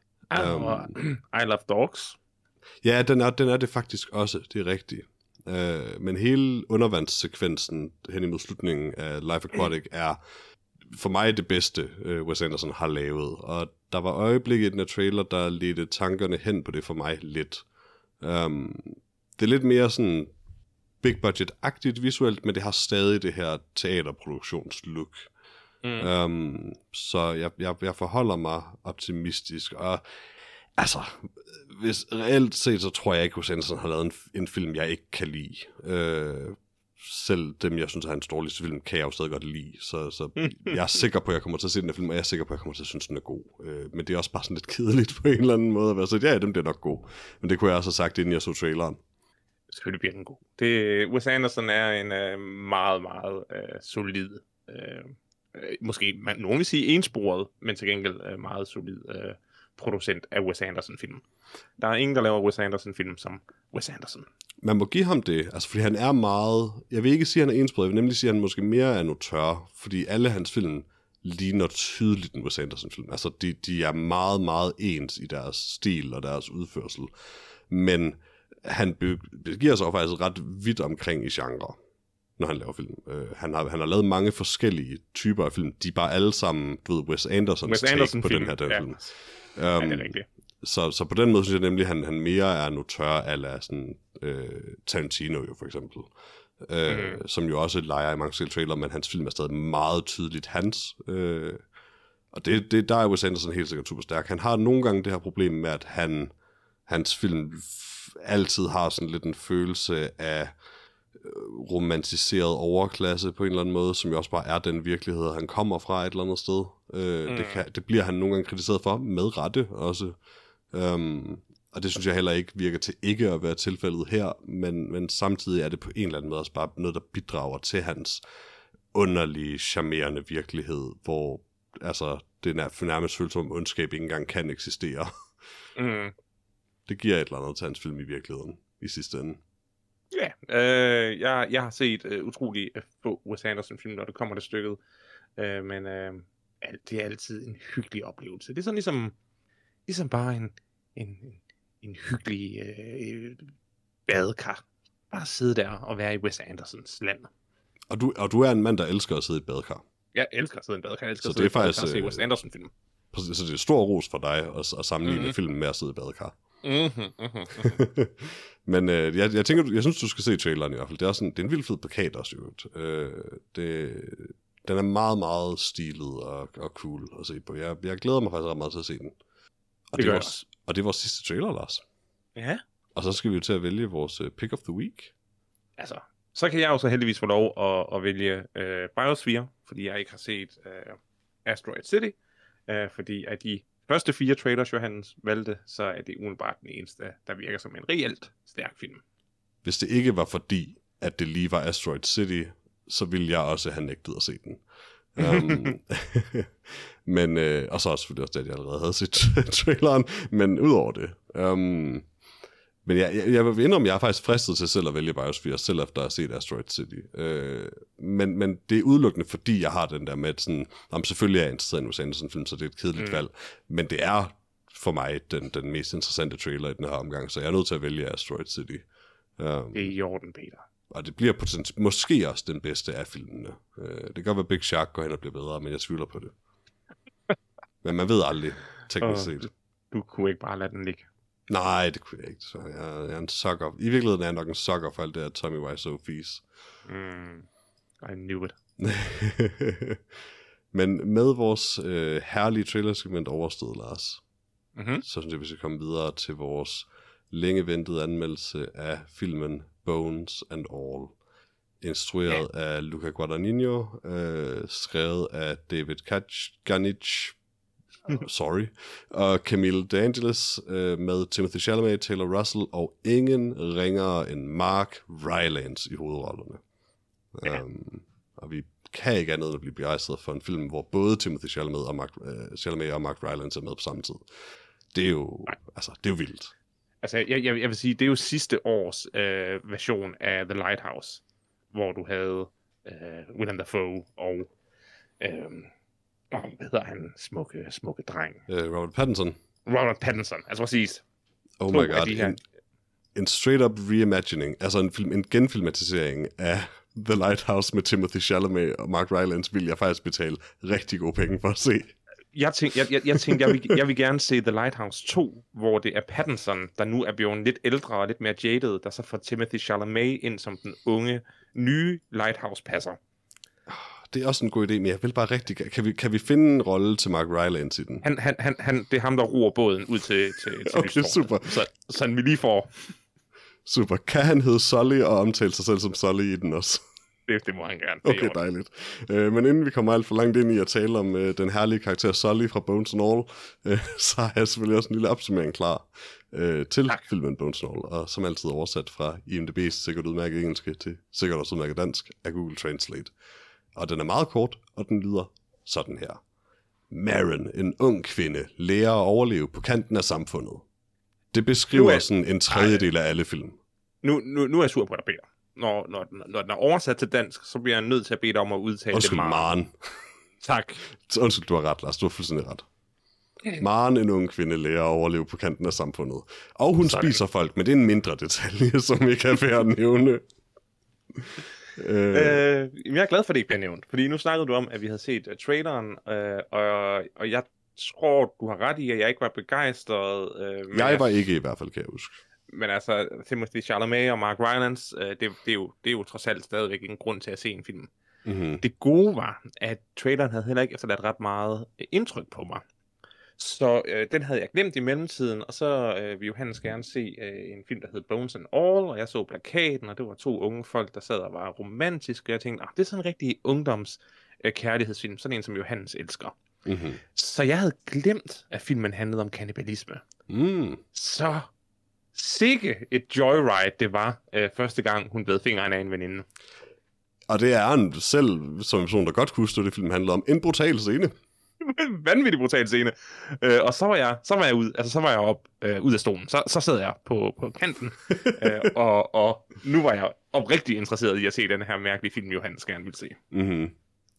[SPEAKER 2] Um, I Love Dogs.
[SPEAKER 1] Ja, den er, den er det faktisk også, det er rigtigt. Uh, men hele undervandssekvensen hen imod slutningen af Life Aquatic er for mig det bedste, uh, Wes Anderson har lavet. Og der var øjeblikke i den her trailer, der ledte tankerne hen på det for mig lidt. Um, det er lidt mere sådan big budget-agtigt visuelt, men det har stadig det her teaterproduktionslook. Mm. Um, så jeg, jeg, jeg forholder mig optimistisk, og altså, hvis reelt set, så tror jeg ikke, at Wes Anderson har lavet en, en film, jeg ikke kan lide. Uh, selv dem, jeg synes er hans dårligste film, kan jeg jo stadig godt lide. Så, så jeg er sikker på, at jeg kommer til at se den her film, og jeg er sikker på, at jeg kommer til at synes, den er god. Uh, men det er også bare sådan lidt kedeligt på en eller anden måde at være så, ja, dem bliver nok god. Men det kunne jeg også have sagt, inden jeg så traileren.
[SPEAKER 2] Selvfølgelig bliver den god. Det, Wes Anderson er en uh, meget, meget uh, solid, uh, måske man, nogen vil sige ensporet, men til gengæld uh, meget solid uh, producent af Wes Anderson-film. Der er ingen, der laver Wes Anderson-film som Wes Anderson.
[SPEAKER 1] Man må give ham det, altså fordi han er meget, jeg vil ikke sige, at han er ensporet, jeg vil nemlig sige, at han måske mere er notør, fordi alle hans film ligner tydeligt en Wes Anderson-film. Altså de, de er meget, meget ens i deres stil og deres udførsel. Men han begiver sig faktisk ret vidt omkring i genre, når han laver film. Uh, han, har, han har lavet mange forskellige typer af film. De er bare alle sammen, du ved, Wes Andersons
[SPEAKER 2] Wes
[SPEAKER 1] take
[SPEAKER 2] Anderson
[SPEAKER 1] på
[SPEAKER 2] film.
[SPEAKER 1] den her der
[SPEAKER 2] Ja.
[SPEAKER 1] film. Um,
[SPEAKER 2] Ja, det er rigtigt.
[SPEAKER 1] Så, så på den måde synes jeg nemlig, at han, han mere er notør ala sådan øh, Tarantino jo for eksempel. Øh, mm. Som jo også leger i mange forskellige trailer, men hans film er stadig meget tydeligt hans. Øh, og det, det, der er Wes Anderson helt sikkert super stærk. Han har nogle gange det her problem med, at han, hans film altid har sådan lidt en følelse af romantiseret overklasse på en eller anden måde, som jo også bare er den virkelighed, han kommer fra et eller andet sted. Øh, mm. det, kan, det bliver han nogle gange kritiseret for, med rette også. Um, og det synes jeg heller ikke virker til ikke at være tilfældet her, men, men samtidig er det på en eller anden måde også bare noget, der bidrager til hans underlige, charmerende virkelighed, hvor altså, det er nærmest følelse som ondskab ikke engang kan eksistere.
[SPEAKER 2] Mm.
[SPEAKER 1] Det giver et eller andet til hans film i virkeligheden, i sidste ende.
[SPEAKER 2] Ja, øh, jeg, jeg har set øh, utrolig få Wes Anderson-film, når det kommer til stykket, øh, men øh, det er altid en hyggelig oplevelse. Det er sådan ligesom, ligesom bare en, en, en hyggelig øh, badekar. Bare sidde der og være i Wes Andersons land.
[SPEAKER 1] Og du, og du er en mand, der elsker at sidde i et badekar.
[SPEAKER 2] Jeg elsker at sidde i en badekar. Jeg elsker
[SPEAKER 1] så
[SPEAKER 2] at sidde
[SPEAKER 1] det er faktisk,
[SPEAKER 2] og se Wes Anderson-film.
[SPEAKER 1] Så det er stor ros for dig at, at sammenligne mm-hmm. filmen med at sidde i badekar.
[SPEAKER 2] Mm-hmm, mm-hmm.
[SPEAKER 1] Men øh, jeg, jeg tænker, jeg synes, du skal se traileren i hvert fald. Det er, sådan, det er en vildt fed plakat også, jo. Øh, det, den er meget, meget stilet og, og cool at se på. Jeg, jeg glæder mig faktisk ret meget til at se den. Og det, det, er vores, og det er vores sidste trailer, Lars.
[SPEAKER 2] Ja.
[SPEAKER 1] Og så skal vi jo til at vælge vores uh, pick of the week.
[SPEAKER 2] Altså, så kan jeg jo så heldigvis få lov at, at vælge uh, Biosphere, fordi jeg ikke har set uh, Asteroid City. Uh, fordi af de første fire trailers, Johannes valgte, så er det umiddelbart den eneste, der virker som en reelt stærk film.
[SPEAKER 1] Hvis det ikke var fordi, at det lige var Asteroid City, så ville jeg også have nægtet at se den. um, men, øh, og så også selvfølgelig også det, at jeg allerede havde set traileren, men udover det. Um, men jeg, jeg, jeg vil indrømme, jeg er faktisk fristet til selv at vælge Biosphere, selv efter at have set Asteroid City. Uh, men, men det er udelukkende, fordi jeg har den der med, sådan, om selvfølgelig er jeg interesseret i en Wes Anderson-film, så det er et kedeligt mm. valg. Men det er for mig den, den mest interessante trailer i den her omgang, så jeg er nødt til at vælge Asteroid City. Um,
[SPEAKER 2] det er i orden, Peter.
[SPEAKER 1] Og det bliver potentielt måske også den bedste af filmene. Uh, det kan godt være, Big Shark går hen og bliver bedre, men jeg tvivler på det. Men man ved aldrig, teknisk set.
[SPEAKER 2] Du, du kunne ikke bare lade den ligge.
[SPEAKER 1] Nej, det kunne jeg ikke. Så jeg, jeg er en sucker. I virkeligheden er jeg nok en sucker for alt det her Tommy Wiseau fis.
[SPEAKER 2] Mm, I knew it.
[SPEAKER 1] Men med vores øh, herlige trailer-segment overstået, Lars,
[SPEAKER 2] mm-hmm.
[SPEAKER 1] så synes jeg, vi skal komme videre til vores længe ventede anmeldelse af filmen Bones and All. Instrueret ja. af Luca Guadagnino, øh, skrevet af David Kajganich, sorry, og Camille DeAngelis, øh, med Timothy Chalamet, Taylor Russell og ingen ringere end Mark Rylance i hovedrollerne. Ja. Um, og vi kan ikke andet end at blive begejstret for en film, hvor både Timothy Chalamet og Mark, øh, Chalamet og Mark Rylance er med på samme tid. Det er jo, altså, det er jo vildt.
[SPEAKER 2] Altså, jeg, jeg, jeg vil sige, det er jo sidste års øh, version af The Lighthouse, hvor du havde øh, Willem Dafoe og øh, hvad hedder han? Smukke, smukke dreng.
[SPEAKER 1] Uh, Robert Pattinson.
[SPEAKER 2] Robert Pattinson, altså præcis.
[SPEAKER 1] Oh
[SPEAKER 2] To
[SPEAKER 1] my god,
[SPEAKER 2] her...
[SPEAKER 1] en, en straight-up reimagining, altså en, film, en genfilmatisering af The Lighthouse med Timothée Chalamet og Mark Rylance, vil jeg faktisk betale rigtig gode penge for at se.
[SPEAKER 2] Jeg tænkte, jeg, jeg, jeg, tænkte jeg, vil, jeg vil gerne se The Lighthouse to, hvor det er Pattinson, der nu er blevet lidt ældre og lidt mere jaded, der så får Timothée Chalamet ind som den unge, nye Lighthouse-passer.
[SPEAKER 1] Det er også en god idé, men jeg vil bare rigtig... Kan vi, kan vi finde en rolle til Mark Rylance i den?
[SPEAKER 2] Han, han, han, han, det er ham, der roer båden ud til, til, til
[SPEAKER 1] okay, lystårnet. Super.
[SPEAKER 2] Så, så vi lige får...
[SPEAKER 1] Super. Kan han hedde Sully og omtale sig selv som Sully i den også?
[SPEAKER 2] Det, det må han gerne.
[SPEAKER 1] Okay, dejligt. Uh, men inden vi kommer alt for langt ind i at tale om uh, den herlige karakter Sully fra Bones and All, uh, så har jeg selvfølgelig også en lille opsummering klar uh, til tak. filmen Bones and All, og som altid oversat fra I M D B's sikkert udmærket engelske til sikkert også udmærket dansk af Google Translate. Og den er meget kort, og den lyder sådan her. Maren, en ung kvinde, lærer at overleve på kanten af samfundet. Det beskriver er... sådan en tredjedel af alle film.
[SPEAKER 2] Nu, nu, nu er jeg sur på dig, Peter. Når, når, når den er oversat til dansk, så bliver jeg nødt til at bede dig om at udtale
[SPEAKER 1] Undskyld,
[SPEAKER 2] det Maren.
[SPEAKER 1] Maren.
[SPEAKER 2] Tak.
[SPEAKER 1] Undskyld, du har ret, Lars. Du har fuldstændig ret. Maren, en ung kvinde, lærer at overleve på kanten af samfundet. Og hun sådan. spiser folk, men det er en mindre detalje, som ikke er værd at nævne.
[SPEAKER 2] Øh, jeg er glad for, at det ikke bliver nævnt, fordi nu snakkede du om, at vi havde set uh, traileren, uh, og, og jeg tror, du har ret i, at jeg ikke var begejstret. Uh,
[SPEAKER 1] jeg var ikke i hvert fald, kan jeg huske.
[SPEAKER 2] Men altså, Timothée Chalamet og Mark Rylance, uh, det, det, er jo, det er jo trods alt stadigvæk en grund til at se en film.
[SPEAKER 1] Mm-hmm.
[SPEAKER 2] Det gode var, at traileren havde heller ikke efterladt ret meget indtryk på mig. Så øh, den havde jeg glemt i mellemtiden, og så øh, ville Johannes gerne se øh, en film, der hed Bones and All, og jeg så plakaten, og det var to unge folk, der sad og var romantiske, og jeg tænkte, ah, det er sådan en rigtig ungdoms øh, kærlighedsfilm, sådan en, som Johannes elsker.
[SPEAKER 1] Mm-hmm.
[SPEAKER 2] Så jeg havde glemt, at filmen handlede om kannibalisme.
[SPEAKER 1] Mm.
[SPEAKER 2] Så sikke et joyride det var, øh, første gang hun blev fingeren af en veninde.
[SPEAKER 1] Og det er han selv, som en person, der godt kunne huske, det film handler om, en brutal scene.
[SPEAKER 2] Vanvittig brutal scene. Øh, og så var jeg, så var jeg ud, altså så var jeg op øh, ud af stolen. Så, så sad jeg på, på kanten, øh, og, og nu var jeg oprigtigt interesseret i at se den her mærkelige film, Johannes gerne ville se.
[SPEAKER 1] Mm-hmm.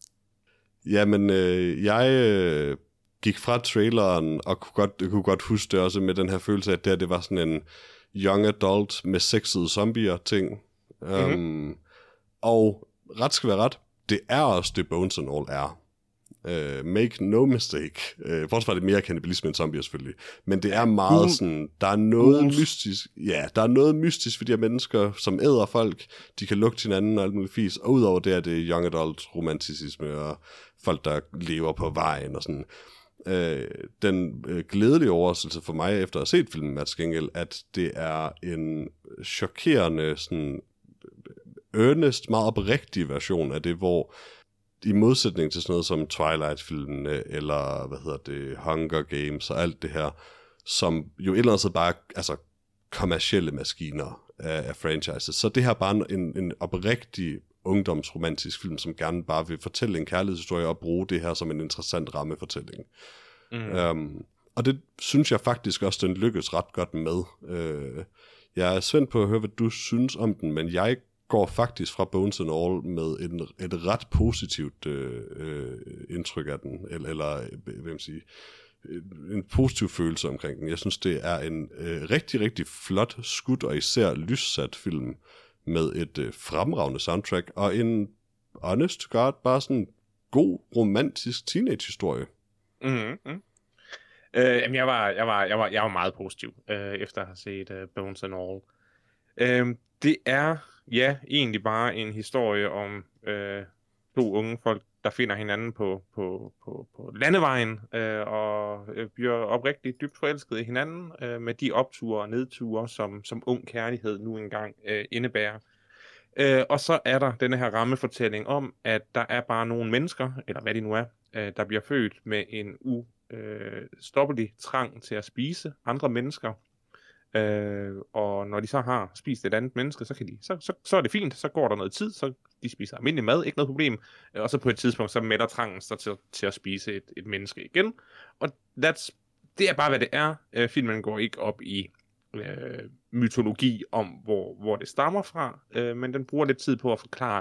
[SPEAKER 1] Jamen, øh, jeg øh, gik fra traileren, og kunne godt, kunne godt huske det også med den her følelse af, at det, det var sådan en young adult med sexede zombier ting. Mm-hmm. Um, og ret skal være ret, det er også det Bones and All er. Uh, make no mistake. Uh, Bortset fra det mere kannibalisme end zombier selvfølgelig. Men det er meget uh, sådan, der er noget uh. mystisk. Ja, der er noget mystisk for de her mennesker, som æder folk. De kan lugte hinanden og alt muligt fis. Og udover det er det young adult romanticisme og folk, der lever på vejen og sådan. Uh, den uh, glædelige overraskelse for mig efter at have set filmen, Mads Gengæld, at det er en chokerende, sådan earnest, meget oprigtig version af det, hvor i modsætning til sådan noget som Twilight-filmene, eller hvad hedder det, Hunger Games og alt det her, som jo et eller andet sted bare altså kommercielle maskiner af, af franchises. Så det her er bare en, en oprigtig ungdomsromantisk film, som gerne bare vil fortælle en kærlighedshistorie og bruge det her som en interessant rammefortælling. Mm. Um, og det synes jeg faktisk også, den lykkes ret godt med. Uh, jeg er spændt på at høre, hvad du synes om den, men jeg går faktisk fra Bones and All med en, et ret positivt øh, øh, indtryk af den, eller, eller hvad vil sige, en positiv følelse omkring den. Jeg synes, det er en øh, rigtig, rigtig flot skud, og især lyssat film, med et øh, fremragende soundtrack, og en honest to God, bare sådan god, romantisk teenage-historie.
[SPEAKER 2] Mm-hmm. Øh, jamen, jeg var, jeg, var, jeg, var, jeg var meget positiv, øh, efter at have set øh, Bones and All. Øh, det er ja, egentlig bare en historie om øh, to unge folk, der finder hinanden på, på, på, på landevejen, øh, og øh, bliver oprigtigt dybt forelsket i hinanden, øh, med de opture og nedture, som, som ung kærlighed nu engang øh, indebærer. Øh, og så er der denne her rammefortælling om, at der er bare nogle mennesker, eller hvad de nu er, øh, der bliver født med en ustoppelig øh, trang til at spise andre mennesker. Øh, og når de så har spist et andet menneske, så, kan de, så, så, så er det fint, så går der noget tid, så de spiser almindelig mad, ikke noget problem, og så på et tidspunkt, så mætter trangen sig til, til at spise et, et menneske igen, og that's, det er bare, hvad det er. Øh, filmen går ikke op i øh, mytologi om, hvor, hvor det stammer fra, øh, men den bruger lidt tid på at forklare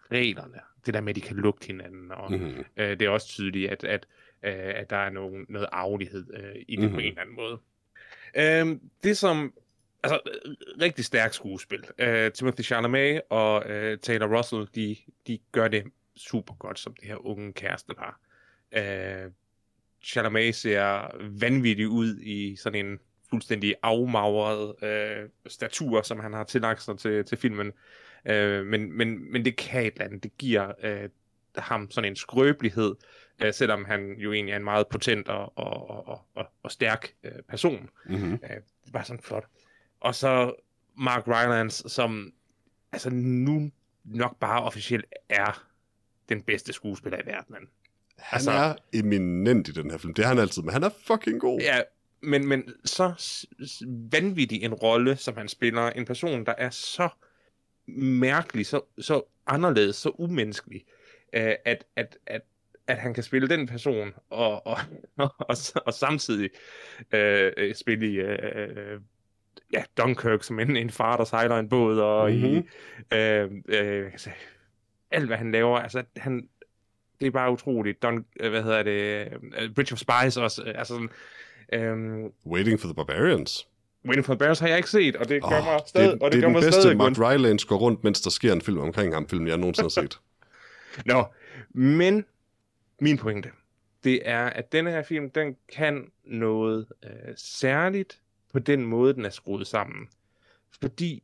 [SPEAKER 2] reglerne. Det der med, at de kan lugte hinanden, og
[SPEAKER 1] Mm-hmm.
[SPEAKER 2] øh, det er også tydeligt, at, at, øh, at der er nogen, noget arvelighed øh, i det mm-hmm. på en eller anden måde. Øh, det som, altså, rigtig stærkt skuespil. Øh, Timothée Chalamet og øh, Taylor Russell, de, de gør det super godt som det her unge kærestepar. Øh, Chalamet ser vanvittig ud i sådan en fuldstændig afmagret øh, statur, som han har tillagt sig til, til filmen. Øh, men, men, men det kan et eller andet. Det giver øh, ham sådan en skrøbelighed, øh, selvom han jo egentlig er en meget potent og, og, og, og, og stærk øh, person.
[SPEAKER 1] Mm-hmm.
[SPEAKER 2] Øh, det er bare sådan flot. Og så Mark Rylance, som altså nu nok bare officielt er den bedste skuespiller i verdenen.
[SPEAKER 1] Han
[SPEAKER 2] altså,
[SPEAKER 1] er eminent i den her film. Det er han altid, men han er fucking god.
[SPEAKER 2] Ja, men, men så vanvittig en rolle, som han spiller. En person, der er så mærkelig, så, så anderledes, så umenneskelig, øh, at, at, at, at han kan spille den person, og, og, og, og, og samtidig øh, spille i øh, ja, Dunkirk, som en, en far, der sejler en båd, og mm-hmm. i øh, øh, altså, alt, hvad han laver. Altså, han... Det er bare utroligt. Don, hvad hedder det? Uh, Bridge of Spies også. Uh, altså sådan, um,
[SPEAKER 1] Waiting for the Barbarians.
[SPEAKER 2] Waiting for the Barbarians har jeg ikke set, og det gør oh, mig stadig.
[SPEAKER 1] Det,
[SPEAKER 2] og det,
[SPEAKER 1] det
[SPEAKER 2] gør
[SPEAKER 1] er
[SPEAKER 2] mig
[SPEAKER 1] den bedste
[SPEAKER 2] stadig
[SPEAKER 1] Mark Rylance går rundt, mens der sker en film omkring ham, film jeg nogensinde har set.
[SPEAKER 2] Nå, men min pointe, det er, at denne her film, den kan noget uh, særligt på den måde, den er skruet sammen. Fordi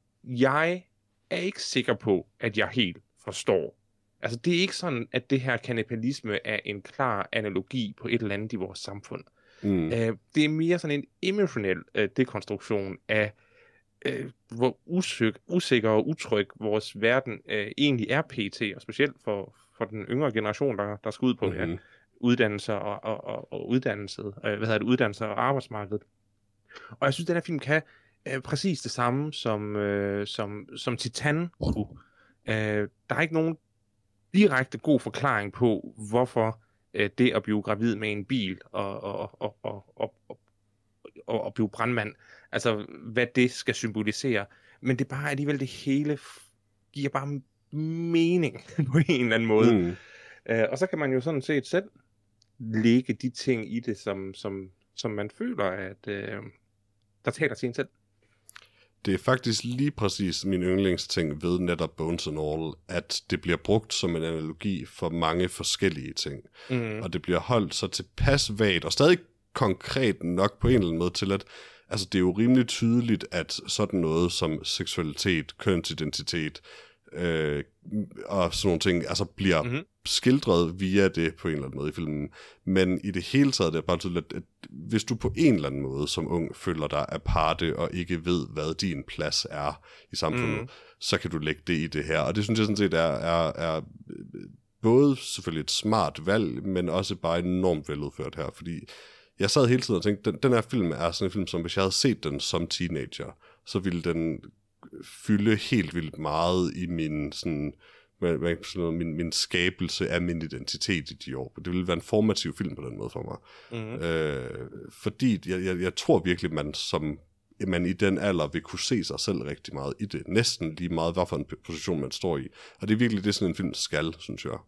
[SPEAKER 2] jeg er ikke sikker på, at jeg helt forstår. Altså, det er ikke sådan, at det her kannibalisme er en klar analogi på et eller andet i vores samfund. Mm. Uh, det er mere sådan en emotionel uh, dekonstruktion af, uh, hvor usyk, usikker og utryg vores verden uh, egentlig er pt. Og specielt for, for den yngre generation, der, der skal ud på mm-hmm. ja, uddannelser og, og, og, og uddannelse, uh, hvad hedder det, uddannelser og arbejdsmarkedet. Og jeg synes, at den her film kan uh, præcis det samme, som, uh, som, som Titan kunne. Uh, der er ikke nogen direkte god forklaring på, hvorfor øh, det at blive gravid med en bil og, og, og, og, og, og, og blive brandmand, altså hvad det skal symbolisere. Men det er bare alligevel det hele giver bare mening på en eller anden måde. Mm. Øh, og så kan man jo sådan set selv lægge de ting i det, som, som, som man føler, at øh, der taler til en selv.
[SPEAKER 1] Det er faktisk lige præcis min yndlingsting ved netop Bones and All, at det bliver brugt som en analogi for mange forskellige ting. Mm. Og det bliver holdt så tilpas vagt, og stadig konkret nok på en eller anden måde til, at altså, det er jo rimelig tydeligt, at sådan noget som seksualitet, kønsidentitet øh, og sådan nogle ting, altså bliver mm-hmm. skildret via det på en eller anden måde i filmen. Men i det hele taget det er bare tydeligt, at hvis du på en eller anden måde som ung føler dig aparte og ikke ved, hvad din plads er i samfundet, mm. så kan du lægge det i det her. Og det synes jeg sådan set er, er, er både selvfølgelig et smart valg, men også bare enormt veludført her, fordi jeg sad hele tiden og tænkte, den, den her film er sådan en film, som hvis jeg havde set den som teenager, så ville den fylde helt vildt meget i min sådan, hvad, sådan min, min skabelse af min identitet i de år. Det ville være en formativ film på den måde for mig. Mm-hmm. Øh, fordi jeg, jeg, jeg tror virkelig, man som man i den alder vil kunne se sig selv rigtig meget i det. Næsten lige meget, hvad for en position man står i. Og det er virkelig det, sådan en film skal, synes jeg.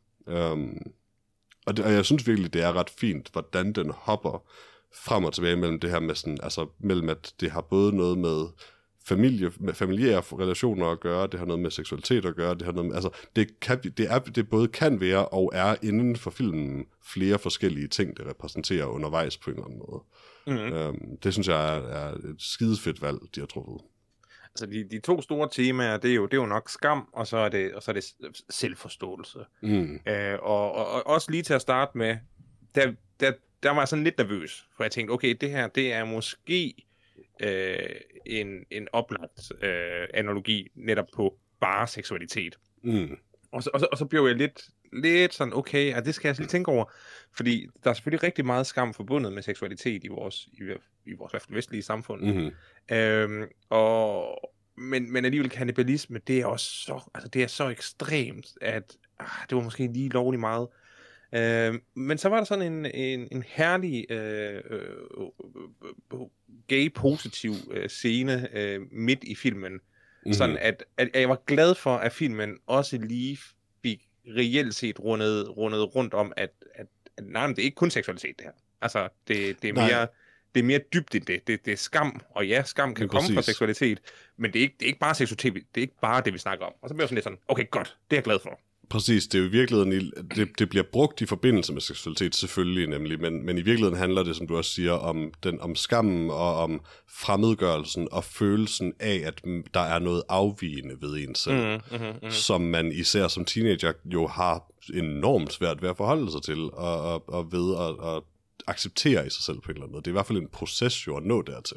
[SPEAKER 1] Um, og, det, og jeg synes virkelig, det er ret fint, hvordan den hopper frem og tilbage mellem det her med sådan, altså mellem at det har både noget med familie, med familiære relationer at gøre, det har noget med seksualitet at gøre, det har noget med, altså det, kan, det, er, det både kan være og er inden for filmen flere forskellige ting, det repræsenterer undervejs på en eller anden måde. Mm-hmm. Øhm, det synes jeg er, er et skidefedt valg, de har truffet.
[SPEAKER 2] Altså de, de to store temaer, det er, jo, det er jo nok skam, og så er det, og så er det selvforståelse. Mm. Øh, og, og, og også lige til at starte med, der, der, der var jeg sådan lidt nervøs, for jeg tænkte, okay, det her, det er måske øh, en, en oplagt øh, analogi netop på bare seksualitet. Mm. Og, så, og, så, og så blev jeg lidt, lidt sådan, okay, ja, det skal jeg lige tænke over, fordi der er selvfølgelig rigtig meget skam forbundet med seksualitet i vores, i, i vores vestlige samfund. Mm-hmm. Øhm, og, men, men alligevel kannibalisme, det er også så, altså det er så ekstremt, at ah, det var måske lige lovligt meget. Øhm, men så var der sådan en, en, en herlig øh, øh, gay-positiv øh, scene øh, midt i filmen, Mm-hmm. Sådan at, at jeg var glad for, at filmen også lige fik reelt set rundet, rundet rundt om, at, at, at nej, det er ikke kun seksualitet det her. Altså, det, det er mere... Det er mere dybt end det. det. Det er skam, og ja, skam kan ja, komme fra seksualitet, men det er, ikke, det er ikke bare seksualitet, det er ikke bare det, vi snakker om. Og så bliver jeg sådan lidt sådan, okay, godt, det er jeg glad for.
[SPEAKER 1] Præcis, det er jo i virkeligheden, det, det bliver brugt i forbindelse med seksualitet selvfølgelig nemlig, men, men i virkeligheden handler det, som du også siger, om, den, om skammen og om fremmedgørelsen og følelsen af, at der er noget afvigende ved en selv, mm, mm, mm. som man især som teenager jo har enormt svært ved at forholde sig til, og, og, og ved at, at acceptere i sig selv på en eller anden måde. Det er i hvert fald en proces jo at nå dertil.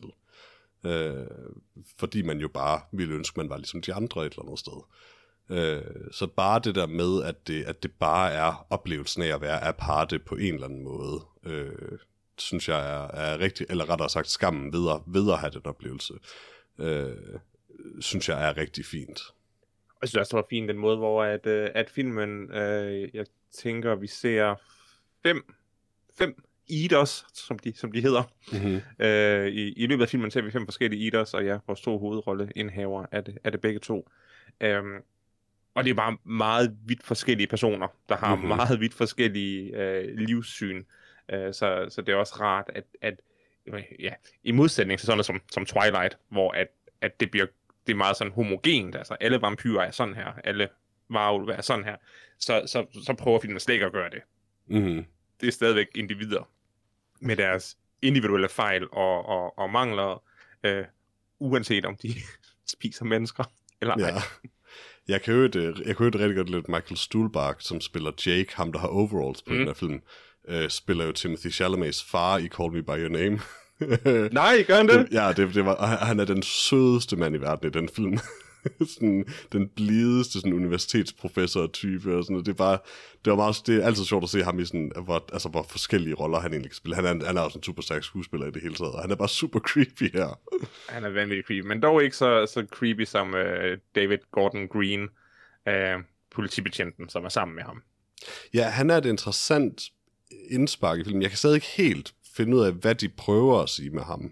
[SPEAKER 1] Øh, fordi man jo bare ville ønske, man var ligesom de andre et eller andet sted. Øh, så bare det der med, at det, at det bare er oplevelsen af at være aparte på en eller anden måde, øh, synes jeg er, er rigtig, eller rettere sagt skammen ved at, ved at have den oplevelse, øh, synes jeg er rigtig fint.
[SPEAKER 2] Jeg synes også, det var fint den måde, hvor at, at filmen, øh, jeg tænker, vi ser fem, fem Eaters, som de, som de hedder. Mm-hmm. Øh, i, I løbet af filmen ser vi fem forskellige Eaters, og ja, vores to hovedrolleindhaver er det, er det begge to. Øhm, og det er bare meget vidt forskellige personer, der har mm-hmm. meget vidt forskellige øh, livssyn. Øh, så, så det er også rart, at, at ja, i modsætning til sådan noget som, som Twilight, hvor at, at det bliver det er meget sådan homogent, altså alle vampyrer er sådan her, alle varulve er sådan her, så, så, så prøver filmen slet ikke at gøre det. Mm-hmm. Det er stadigvæk individer med deres individuelle fejl og, og, og mangler, øh, uanset om de spiser mennesker eller ej.
[SPEAKER 1] Ja. Jeg kan jo et, jeg kan jo et rigtig godt lidt Michael Stuhlbarg, som spiller Jake, ham der har overalls på mm. den her film, øh, spiller jo Timothy Chalamets far i Call Me By Your Name.
[SPEAKER 2] Nej, gør han det?
[SPEAKER 1] Ja, det, det var, han er den sødeste mand i verden i den film. Sådan, den blideste sådan, universitetsprofessor-type og sådan noget. Det er bare, det var meget, det er altid sjovt at se ham i sådan, hvor, altså, hvor forskellige roller han egentlig kan spille. Han er, han er også en super stærk skuespiller i det hele taget, og han er bare super creepy her.
[SPEAKER 2] Han er vanvittigt creepy, men dog ikke så, så creepy som uh, David Gordon Green, uh, politibetjenten, som er sammen med ham.
[SPEAKER 1] Ja, han er et interessant indspark i filmen. Jeg kan stadig ikke helt finde ud af, hvad de prøver at sige med ham.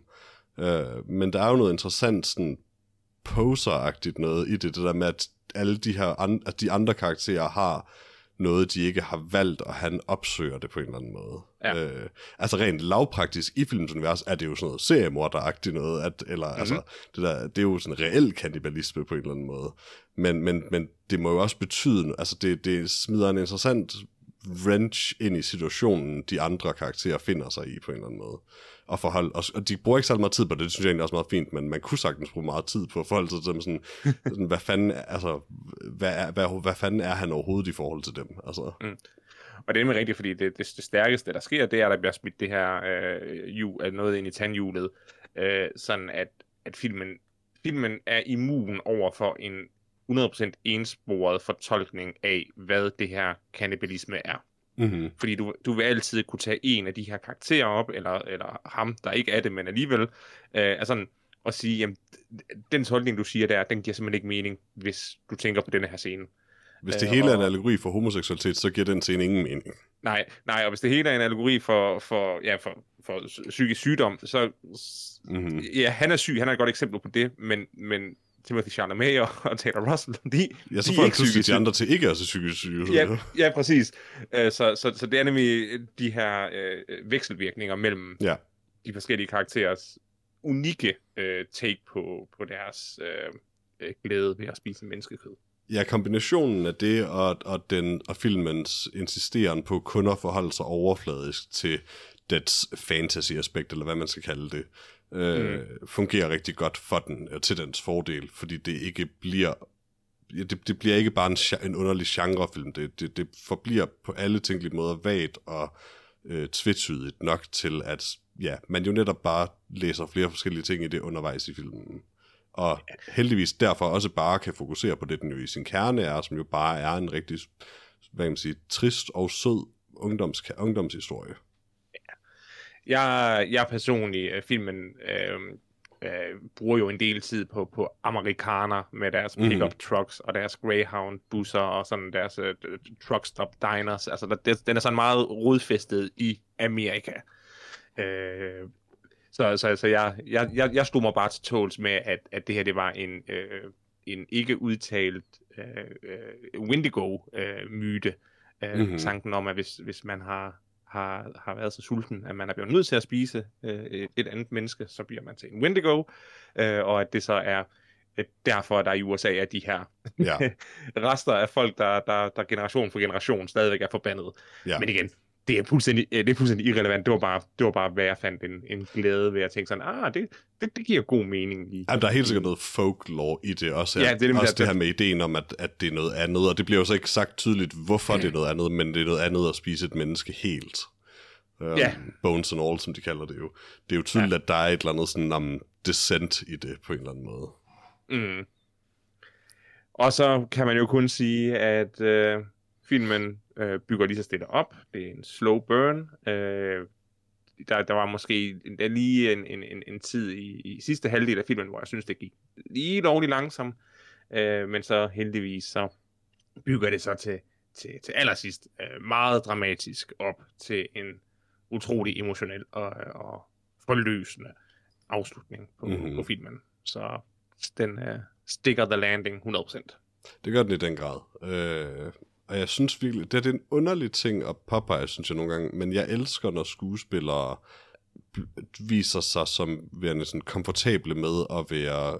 [SPEAKER 1] Uh, men der er jo noget interessant sådan poser-agtigt noget i det, det der med, at alle de her an- at de andre karakterer har noget, de ikke har valgt, og han opsøger det på en eller anden måde. Ja. Øh, altså rent lavpraktisk i filmens univers er det jo sådan noget seriemorder-agtigt noget, at, eller mm-hmm. altså, det, der, det er jo sådan reel kannibalisme på en eller anden måde. Men, men, men det må jo også betyde, altså det, det smider en interessant wrench ind i situationen, de andre karakterer finder sig i på en eller anden måde. Og, forhold, og, og de bruger ikke så meget tid på det, det synes jeg egentlig også meget fint, men man kunne sagtens bruge meget tid på at forholde sig til dem, sådan, sådan hvad, fanden, altså, hvad, er, hvad, hvad fanden er han overhovedet i forhold til dem? Altså. Mm.
[SPEAKER 2] Og det er nemlig rigtigt, fordi det, det, det stærkeste, der sker, det er, at der bliver smidt det her øh, hjul, noget ind i tandhjulet, øh, sådan at, at filmen, filmen er immun over for en hundrede procent ensporet fortolkning af, hvad det her kannibalisme er. Mm-hmm. Fordi du, du vil altid kunne tage en af de her karakterer op, eller, eller ham, der ikke er det, men alligevel, øh, er sådan, og sige, jamen, den holdning, du siger der, den giver simpelthen ikke mening, hvis du tænker på denne her scene.
[SPEAKER 1] Hvis det øh, hele og, er en allegori for homoseksualitet, så giver den scene ingen mening.
[SPEAKER 2] Nej, nej, og hvis det hele er en allegori for, for, ja, for, for psykisk sygdom, så, mm-hmm. ja, han er syg, han er et godt eksempel på det, men, men Timothy Chalamet og Taylor Russell, de,
[SPEAKER 1] ja, så får pludselig de andre til ikke at så psykisk syge.
[SPEAKER 2] Ja, ja, præcis. Uh, så, så, så det er nemlig de her uh, vekselvirkninger mellem ja. de forskellige karakterers unikke uh, take på, på deres uh, glæde ved at spise menneskekød.
[SPEAKER 1] Ja, kombinationen af det og, og, den, og filmens insisteren på kun at forholde sig overfladisk til dets fantasy-aspekt, eller hvad man skal kalde det, øh, mm. fungerer rigtig godt for den, til dens fordel, fordi det ikke bliver, ja, det, det bliver ikke bare en, en underlig genrefilm, det, det, det forbliver på alle tænkelige måder vagt og øh, tvetydigt nok til, at ja, man jo netop bare læser flere forskellige ting i det undervejs i filmen. Og heldigvis derfor også bare kan fokusere på det, den jo i sin kerne er, som jo bare er en rigtig, hvad kan man sige, trist og sød ungdoms, ungdomshistorie.
[SPEAKER 2] Jeg, jeg personligt, filmen øh, øh, bruger jo en del tid på, på amerikaner med deres pickup mm-hmm. trucks og deres Greyhound busser og sådan deres uh, truck stop diners. Altså, der, den er sådan meget rodfæstet i Amerika. Øh, så så, så jeg, jeg, jeg, jeg stod mig bare til tåls med, at, at det her det var en, øh, en ikke udtalt øh, øh, Wendigo-myte. Øh, mm-hmm. Tanken om, at hvis, hvis man har, har, har været så sulten, at man er blevet nødt til at spise øh, et andet menneske, så bliver man til en Wendigo, øh, og at det så er øh, derfor, at der i U S A er de her ja. rester af folk, der, der, der generation for generation stadigvæk er forbandet. Ja. Men igen, det er fuldstændig, det er fuldstændig irrelevant. Det var bare, det var bare hvad jeg fandt en, en glæde ved at tænke sådan, ah, det, det, det giver god mening. I,
[SPEAKER 1] Jamen, der er helt sikkert noget folklore i det også.
[SPEAKER 2] Ja, det er det,
[SPEAKER 1] også
[SPEAKER 2] det,
[SPEAKER 1] det her med ideen om, at, at det er noget andet. Og det bliver jo så ikke sagt tydeligt, hvorfor det er noget andet, men det er noget andet at spise et menneske helt. Um,
[SPEAKER 2] ja.
[SPEAKER 1] Bones and all, som de kalder det jo. Det er jo tydeligt, ja. at der er et eller andet sådan um, descent i det, på en eller anden måde.
[SPEAKER 2] Mm. Og så kan man jo kun sige, at øh, filmen øh, bygger lige så stille op. Det er en slow burn. Øh, der, der var måske der lige en, en, en, en tid i, i sidste halvdel af filmen, hvor jeg synes, det gik lige lovligt langsomt. Øh, men så heldigvis så bygger det så til, til, til allersidst øh, meget dramatisk op til en utrolig emotionel og, og forløsende afslutning på, mm-hmm. på filmen. Så den øh, sticker the landing hundrede procent.
[SPEAKER 1] Det gør den i den grad. Øh, og jeg synes virkelig, det er en underlig ting at påpege, synes jeg nogle gange, men jeg elsker, når skuespillere viser sig som værende sådan komfortable med at være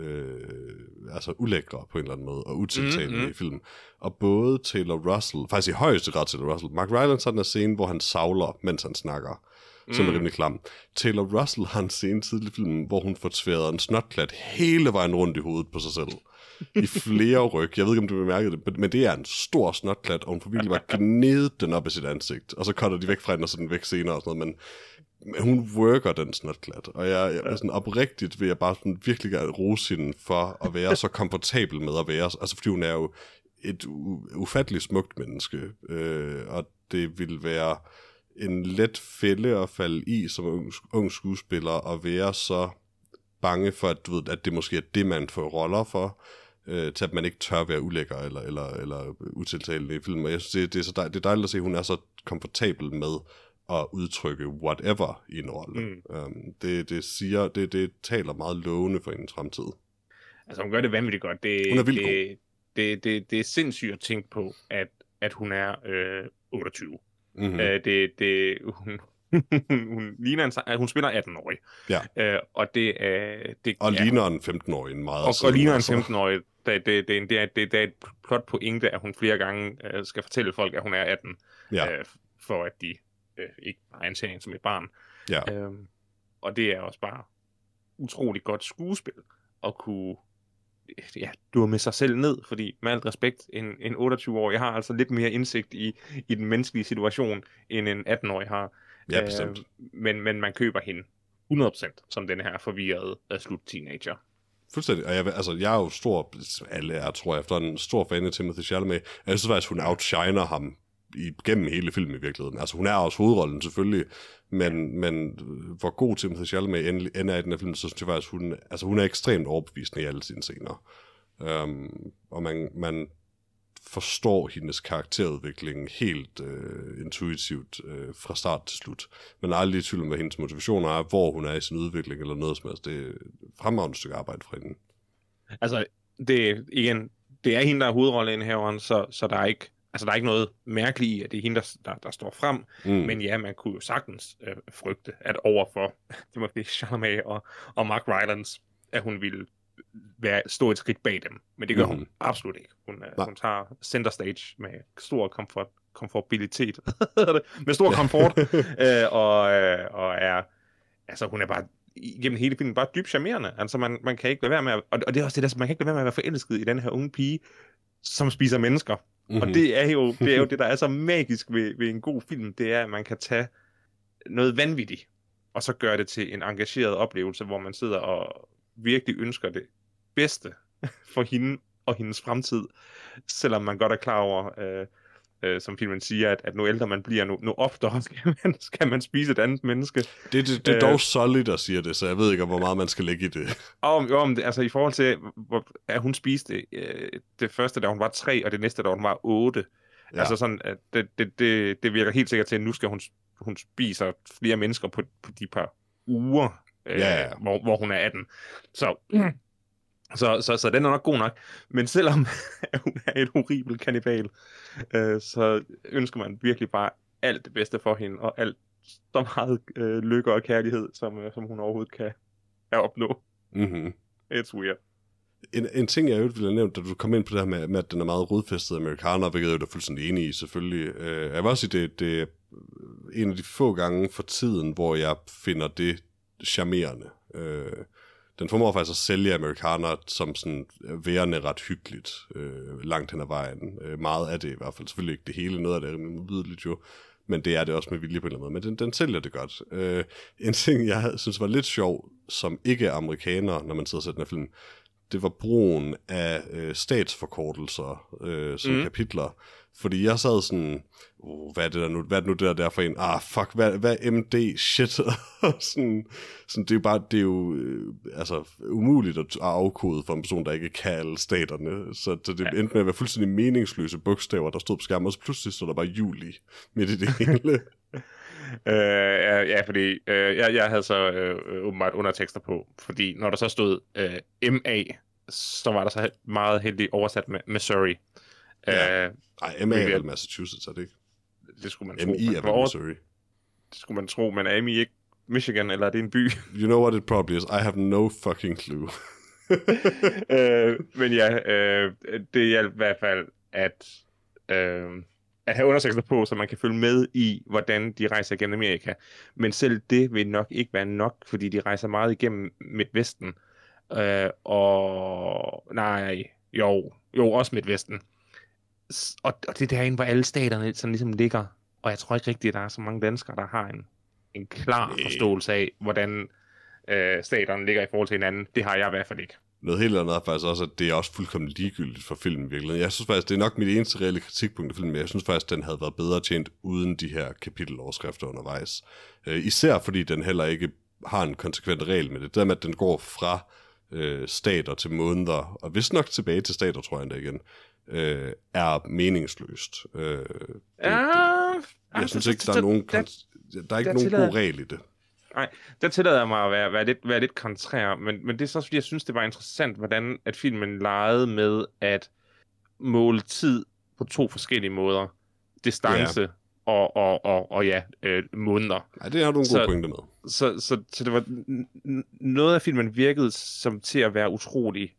[SPEAKER 1] øh, altså ulækre på en eller anden måde, og utiltalende mm-hmm. i filmen. Og både Taylor Russell, faktisk i højeste grad Taylor Russell, Mark Rylance har den her scene, hvor han savler, mens han snakker, som mm. er rimelig klam. Taylor Russell har en scene tidlig i filmen, hvor hun får tværet en snotklat hele vejen rundt i hovedet på sig selv. I flere ryg. Jeg ved ikke, om du bemærkede det, men det er en stor snotklat, og hun får virkelig bare gnedet den op i sit ansigt. Og så cutter de væk fra hende, og så den væk senere og sådan noget, men men hun worker den snotklat, og jeg, jeg er sådan oprigtigt vil jeg bare sådan virkelig gerne rose hende for at være så komfortabel med at være, altså fordi hun er jo et u- ufatteligt smukt menneske, øh, og det vil være en let fælde at falde i som ung, ung skuespiller, at være så bange for, at, du ved, at det måske er det, man får roller for, øh, til at man ikke tør være ulækker eller, eller, eller utiltalende i filmen. Og jeg synes, det, det, er så dejligt, det er dejligt at se, at hun er så komfortabel med at udtrykke whatever i en rolle. Mm. Um, det, det siger, det, det taler meget lovende for hendes fremtid.
[SPEAKER 2] Altså hun gør det vanvittigt godt. Det,
[SPEAKER 1] hun er vildt
[SPEAKER 2] det,
[SPEAKER 1] god.
[SPEAKER 2] Det, det, det er sindssygt at tænke på, at, at hun er øh, otteogtyve. Mm-hmm. Uh, det, det, hun, hun, ligner en, hun spiller atten-årig.
[SPEAKER 1] Ja.
[SPEAKER 2] Uh, og det er... Det,
[SPEAKER 1] og
[SPEAKER 2] ja,
[SPEAKER 1] ligner en femten-årig en meget.
[SPEAKER 2] Og, og ligner en femten-årig. Det, det, det, det, er, det, det er et plot pointe, at hun flere gange uh, skal fortælle folk, at hun er atten. Ja. Uh, for at de uh, ikke bare anser hende som et barn.
[SPEAKER 1] Ja.
[SPEAKER 2] Uh, og det er også bare utroligt godt skuespil at kunne ja, dumme sig selv ned, fordi med alt respekt, en, en otteogtyve-årig har altså lidt mere indsigt i, i den menneskelige situation, end en atten-årig har.
[SPEAKER 1] Ja, bestemt.
[SPEAKER 2] Øh, men, men man køber hende hundrede procent som den her forvirrede uh, slut-teenager.
[SPEAKER 1] Fuldstændig. Og jeg, altså, jeg er jo stor, alle er, tror jeg, efter en stor fan af Timothée Chalamet. Jeg synes faktisk, hun outshiner ham igennem hele filmen i virkeligheden. Altså, hun er også hovedrollen selvfølgelig, men, men hvor god Timothée Chalamet end er i den her film, så synes jeg faktisk, hun, altså, hun er ekstremt overbevisende i alle sine scener. Um, og man, man forstår hendes karakterudvikling helt uh, intuitivt uh, fra start til slut. Man er aldrig i tvivl om, hvad hendes motivationer er, hvor hun er i sin udvikling eller noget som helst. Det er et fremragende stykke arbejde fra hende.
[SPEAKER 2] Altså, det, igen, det er hende, der er hovedrolleindhaveren, så, så der er ikke Altså, der er ikke noget mærkeligt i, at det er hende, der, der, der står frem. Mm. Men ja, man kunne jo sagtens øh, frygte, at overfor Timothée Chalamet og, og Mark Rylance, at hun ville være, stå et skridt bag dem. Men det gør mm. hun absolut ikke. Hun, øh, hun tager center stage med stor komfort, komfortabilitet. med stor komfort. øh, og, øh, og er... Altså, hun er bare... Gennem hele filmen bare dybt charmerende. Altså, man, man kan ikke lade være med at... Og det er også det der, man kan ikke lade være med at være forelsket i den her unge pige, som spiser mennesker. Mm-hmm. Og det er, jo, det er jo det, der er så magisk ved, ved en god film, det er, at man kan tage noget vanvittigt, og så gøre det til en engageret oplevelse, hvor man sidder og virkelig ønsker det bedste for hende og hendes fremtid, selvom man godt er klar over, øh, øh, som filmen siger, at, at nu ældre man bliver, nu, nu oftere skal man, skal man spise et andet menneske.
[SPEAKER 1] Det, det, det er dog Solly, der siger det, så jeg ved ikke, hvor meget man skal lægge i det.
[SPEAKER 2] Og jo, om det, altså i forhold til, hvor, at hun spiste øh, det første, da hun var tre, og det næste, da hun var otte. Ja. Altså sådan, at det, det, det, det virker helt sikkert til, at nu skal hun, hun spiser flere mennesker på, på de par uger, øh,
[SPEAKER 1] ja, ja.
[SPEAKER 2] Hvor, hvor hun er atten. Så mm. Så, så, så den er nok god nok. Men selvom hun er en horribel kannibal, øh, så ønsker man virkelig bare alt det bedste for hende, og alt så meget øh, lykke og kærlighed, som, øh, som hun overhovedet kan opnå.
[SPEAKER 1] Mm-hmm.
[SPEAKER 2] It's weird.
[SPEAKER 1] En, en ting, jeg jo ville have nævnt, da du kom ind på det her med, med at den er meget rodfæstet amerikaner, hvilket jeg er fuldstændig enig i, selvfølgelig. Uh, jeg vil også sige, det, det er en af de få gange for tiden, hvor jeg finder det charmerende. Uh, den formår faktisk at sælge amerikaner som sådan værende ret hyggeligt uh, langt hen ad vejen. Uh, meget af det i hvert fald. Selvfølgelig ikke det hele, noget af det er modbydeligt jo, men det er det også med vilje på en eller anden måde. Men den, den sælger det godt. Uh, en ting, jeg synes var lidt sjov, som ikke er amerikaner, når man sidder og ser den her film, det var brugen af øh, statsforkortelser øh, som mm. kapitler. Fordi jeg sad sådan, oh, hvad er det der nu, hvad er det nu der, der for en, ah fuck, hvad, hvad er M D, shit. sådan, sådan, det er jo bare, det er jo øh, altså, umuligt at afkode for en person, der ikke kan alle staterne. Så, så det ja. endte med at være fuldstændig meningsløse bogstaver, der stod på skærmen, og så pludselig stod der bare juli midt i det hele.
[SPEAKER 2] Uh, ja, ja, fordi uh, jeg, jeg havde så uh, åbenbart undertekster på, fordi når der så stod uh, M A, så var der så meget heldigt oversat med Missouri.
[SPEAKER 1] Ja. Uh, Ej, M A er vel Massachusetts, er det ikke?
[SPEAKER 2] Det skulle man tro.
[SPEAKER 1] M I er vel Missouri.
[SPEAKER 2] Det skulle man tro, men er M I ikke Michigan, eller er det en by?
[SPEAKER 1] You know what it probably is. I have no fucking clue.
[SPEAKER 2] uh, men ja, uh, det hjalp i hvert fald, at... Uh, at have undersøgelser på, så man kan følge med i, hvordan de rejser igennem Amerika. Men selv det vil nok ikke være nok, fordi de rejser meget igennem Midtvesten. Øh, og... Nej, jo. Jo, også Midtvesten. Og, og det er derinde, hvor alle staterne sådan ligesom ligger. Og jeg tror ikke rigtigt, at der er så mange danskere, der har en, en klar forståelse af, hvordan øh, staterne ligger i forhold til hinanden. Det har jeg i hvert fald ikke.
[SPEAKER 1] Noget helt andet er faktisk også, at det er også fuldkommen ligegyldigt for filmen virkelig. Jeg synes faktisk, det er nok mit eneste reelle kritikpunkt af filmen, men jeg synes faktisk, den havde været bedre tjent uden de her kapiteloverskrifter undervejs. Øh, især fordi den heller ikke har en konsekvent regel med det. Det der med, at den går fra øh, stater til måneder, og vist nok tilbage til stater, tror jeg endda igen, øh, er meningsløst. Øh, det,
[SPEAKER 2] ja,
[SPEAKER 1] det, jeg synes ikke, der er nogen, der er ikke nogen god regel i det.
[SPEAKER 2] Nej, der tillader jeg mig at være, være, lidt, være lidt kontrær, men, men det er så også, fordi jeg synes, det var interessant, hvordan at filmen legede med at måle tid på to forskellige måder. Distance ja. og, og, og, og ja, øh, måneder.
[SPEAKER 1] Nej, det har du en god pointe med.
[SPEAKER 2] Så, så, så det var n- noget af filmen virkede som til at være utrolig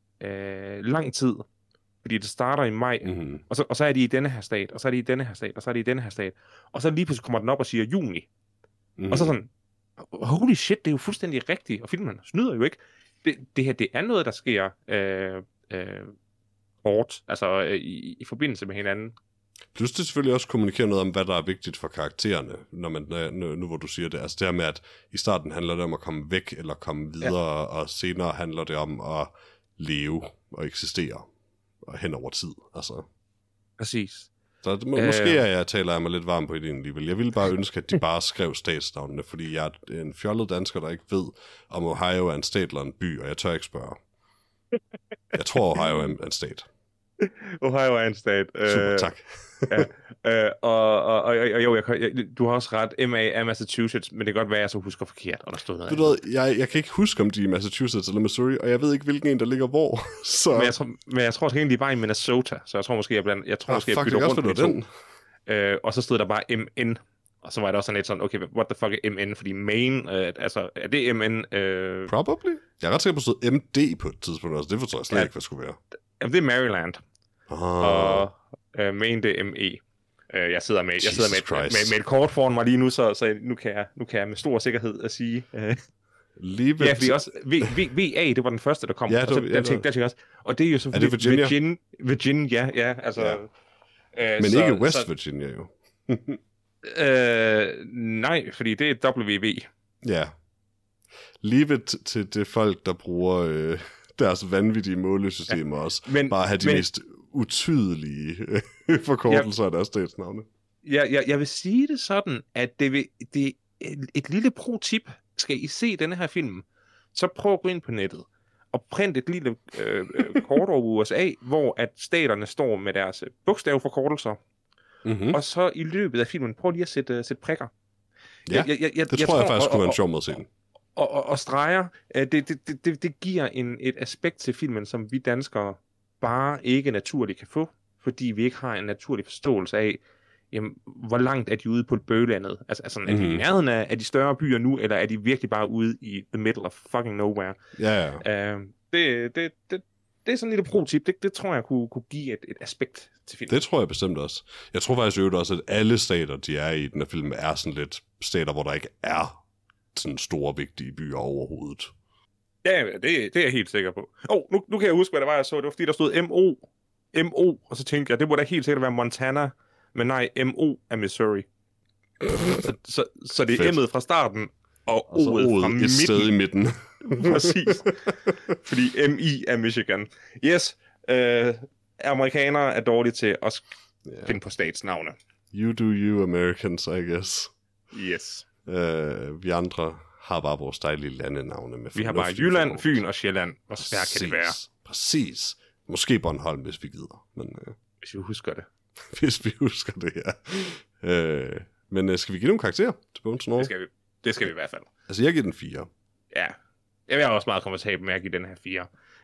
[SPEAKER 2] øh, lang tid. Fordi det starter i maj, mm-hmm. og, så, og så er de i denne her stat, og så er de i denne her stat, og så er de i denne her stat. Og så lige pludselig kommer den op og siger juni. Mm-hmm. Og så sådan... Holy shit, det er jo fuldstændig rigtigt, og filmen snyder jo ikke. Det, det her, det er noget, der sker øh, øh, hårdt, altså øh, i, i forbindelse med hinanden.
[SPEAKER 1] Plus det selvfølgelig også kommunikerer noget om, hvad der er vigtigt for karaktererne, når man, nu, nu hvor du siger det. Altså det her med, at i starten handler det om at komme væk, eller komme videre, ja. Og senere handler det om at leve og eksistere, og hen over tid. Altså.
[SPEAKER 2] Præcis.
[SPEAKER 1] Så må, øh... måske er jeg, taler jeg mig lidt varm på ideen alligevel. Jeg ville bare ønske, at de bare skrev statsnavnene, fordi jeg er en fjollet dansker, der ikke ved, om Ohio er en stat eller en by, og jeg tør ikke spørge. Jeg tror, Ohio er en stat.
[SPEAKER 2] Ohio er en stat.
[SPEAKER 1] Super, tak.
[SPEAKER 2] ja, øh, og, og, og, og jo, jeg, jeg, du har også ret, M A er Massachusetts, men det kan godt være, at jeg så husker forkert, og der stod noget.
[SPEAKER 1] Du ved, jeg, jeg kan ikke huske, om de er Massachusetts eller Missouri, og jeg ved ikke, hvilken en, der ligger hvor. Så...
[SPEAKER 2] Men jeg tror, men jeg tror også egentlig, de var i Minnesota, så jeg tror måske, jeg, blandt, jeg, tror,
[SPEAKER 1] ah,
[SPEAKER 2] måske,
[SPEAKER 1] fuck,
[SPEAKER 2] jeg bytter rundt
[SPEAKER 1] på de
[SPEAKER 2] den. to. Øh, og så stod der bare M N, og så var det også sådan lidt sådan, okay, what the fuck er M N, fordi Maine, øh, altså, er det M N? Øh...
[SPEAKER 1] Probably. Jeg er ret sikker på, at det stod M D på et tidspunkt, altså det forstår jeg slet ja, ikke, hvad det skulle være.
[SPEAKER 2] Jamen, det er Maryland.
[SPEAKER 1] Ah.
[SPEAKER 2] Og øh, Maine, det er M E. Øh, jeg sidder med, jeg sidder med, med, med, med et kort foran mig lige nu, så, så nu, kan jeg, nu kan jeg med stor sikkerhed at sige... Øh,
[SPEAKER 1] Leave
[SPEAKER 2] ja, fordi også v, v, V A, det var den første, der kom.
[SPEAKER 1] Ja,
[SPEAKER 2] og, så,
[SPEAKER 1] ja,
[SPEAKER 2] der tænkte, der tænkte også, og det er jo så...
[SPEAKER 1] Er det Virginia?
[SPEAKER 2] Virginia, Virginia ja, altså...
[SPEAKER 1] Ja.
[SPEAKER 2] Øh,
[SPEAKER 1] Men
[SPEAKER 2] så,
[SPEAKER 1] ikke West
[SPEAKER 2] så,
[SPEAKER 1] Virginia, jo.
[SPEAKER 2] øh, nej, fordi det er W V.
[SPEAKER 1] Ja. Leave it til det folk, der bruger øh, deres vanvittige målesystemer ja. Også. Men, bare have de men, mest utydelige forkortelser ja, af deres statsnavne.
[SPEAKER 2] Ja, ja, jeg vil sige det sådan, at det, vil, det er et, et lille pro-tip. Skal I se denne her film, så prøv at gå ind på nettet og print et lille øh, kort over U S A, hvor at staterne står med deres bogstavforkortelser, mm-hmm. og så i løbet af filmen, prøv lige at sætte, uh, sætte prikker.
[SPEAKER 1] Ja, jeg, jeg, jeg, det jeg tror jeg, jeg faktisk kunne være en sjov måde at se den.
[SPEAKER 2] og, og, og streger, øh, det, det, det, det giver en, et aspekt til filmen, som vi danskere bare ikke naturligt kan få, fordi vi ikke har en naturlig forståelse af, jamen, hvor langt er de ude på bøgelandet? Altså, altså er de i nærheden af, af de større byer nu, eller er de virkelig bare ude i the middle of fucking nowhere?
[SPEAKER 1] Ja, ja.
[SPEAKER 2] Uh, det, det, det, det er sådan en lille pro-tip. Det, det tror jeg kunne, kunne give et, et aspekt til filmen.
[SPEAKER 1] Det tror jeg bestemt også. Jeg tror faktisk jo også, at alle stater, de er i den her film, er sådan lidt stater, hvor der ikke er sådan store, vigtige byer overhovedet.
[SPEAKER 2] Ja, det, det er jeg helt sikker på. Åh, oh, nu, nu kan jeg huske, hvad det var, jeg så. Det var fordi, der stod M O. M O, og så tænkte jeg, det må da helt sikkert være Montana, men nej, M O er Missouri. så, så, så det er M'et fra starten, og, og O'et fra midten.
[SPEAKER 1] Et sted i midten.
[SPEAKER 2] Præcis. Fordi M I er Michigan. Yes, øh, amerikanere er dårlige til at yeah. finde på statsnavne.
[SPEAKER 1] You do you, Americans, I guess.
[SPEAKER 2] Yes.
[SPEAKER 1] Uh, vi andre har bare vores dejlige landenavne. Med
[SPEAKER 2] vi har bare Jylland, Fyn og Sjælland. Hvor svært kan det være?
[SPEAKER 1] Præcis. Måske Bornholm, hvis vi gider. Men, uh,
[SPEAKER 2] hvis vi husker det.
[SPEAKER 1] hvis vi husker det, ja. Uh, men uh, skal vi give nogle karakterer til Bones and All?
[SPEAKER 2] Det skal vi. Det skal vi i hvert fald.
[SPEAKER 1] Altså, jeg giver den fire.
[SPEAKER 2] Ja. Jeg er også meget komfortabel med at give den her fire.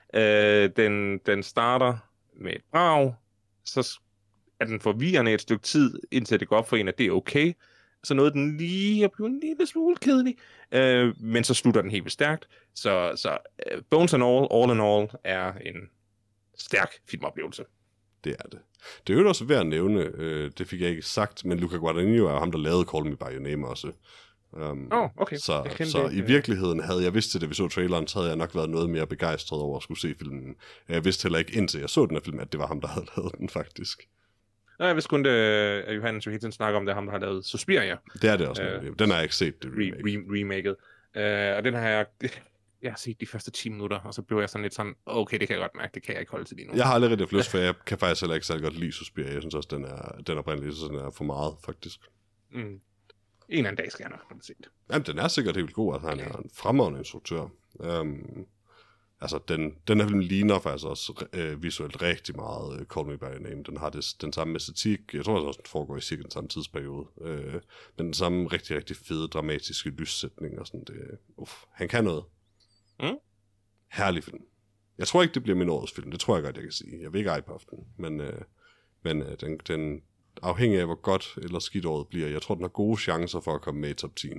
[SPEAKER 2] Uh, den, den starter med et brag. Så er den forvirrende et stykke tid, indtil det går op for en, at det er okay. Så nåede den lige at blive en lille smule kedelig. Uh, men så slutter den helt vildt stærkt. Så, så uh, Bones and All, All in All, er en stærk filmoplevelse.
[SPEAKER 1] Det er det. Det er jo også værd at nævne, øh, det fik jeg ikke sagt, men Luca Guadagnino er jo ham, der lavede Call Me By Your Name også. Um,
[SPEAKER 2] oh, okay.
[SPEAKER 1] Så, så i virkeligheden havde jeg vidst til det, vi så traileren, så havde jeg nok været noget mere begejstret over at skulle se filmen. Jeg vidste heller ikke, indtil jeg så den her film, at det var ham, der havde lavet den faktisk.
[SPEAKER 2] Nej, jeg vidste kun, at Johannes jo hele tiden snakker om, det er ham, der har lavet Suspiria.
[SPEAKER 1] Det er det også. Uh, den har jeg ikke set, det remake.
[SPEAKER 2] Re- remaket. Uh, og den har jeg... Jeg har set de første ti minutter, og så blev jeg sådan lidt sådan, okay, det kan jeg godt mærke, det kan jeg ikke holde til lige nu.
[SPEAKER 1] Jeg har aldrig rigtig lyst, for jeg kan faktisk heller ikke særlig godt lide Suspiria. Jeg synes også, den er, den oprindelige, så den er for meget, faktisk.
[SPEAKER 2] Mm. En eller anden dag skal jeg nok have set.
[SPEAKER 1] Jamen, den er sikkert helt god, altså han er en fremragende instruktør. Um, altså, den, den her film ligner faktisk også øh, visuelt rigtig meget uh, Call Me By Your Name. Den har det, den samme æstetik. Jeg tror også, den foregår i cirka den samme tidsperiode. Uh, men den samme rigtig, rigtig fede, dramatiske lyssætning og sådan det. Uff, han kan noget.
[SPEAKER 2] Mm.
[SPEAKER 1] Herlig film. Jeg tror ikke, det bliver min årets film. Det tror jeg godt, jeg kan sige. Jeg vil ikke eje på den. Men, øh, men øh, den, den afhængig af, hvor godt eller skidt året bliver. Jeg tror, den har gode chancer for at komme med i top ti.
[SPEAKER 2] Åh,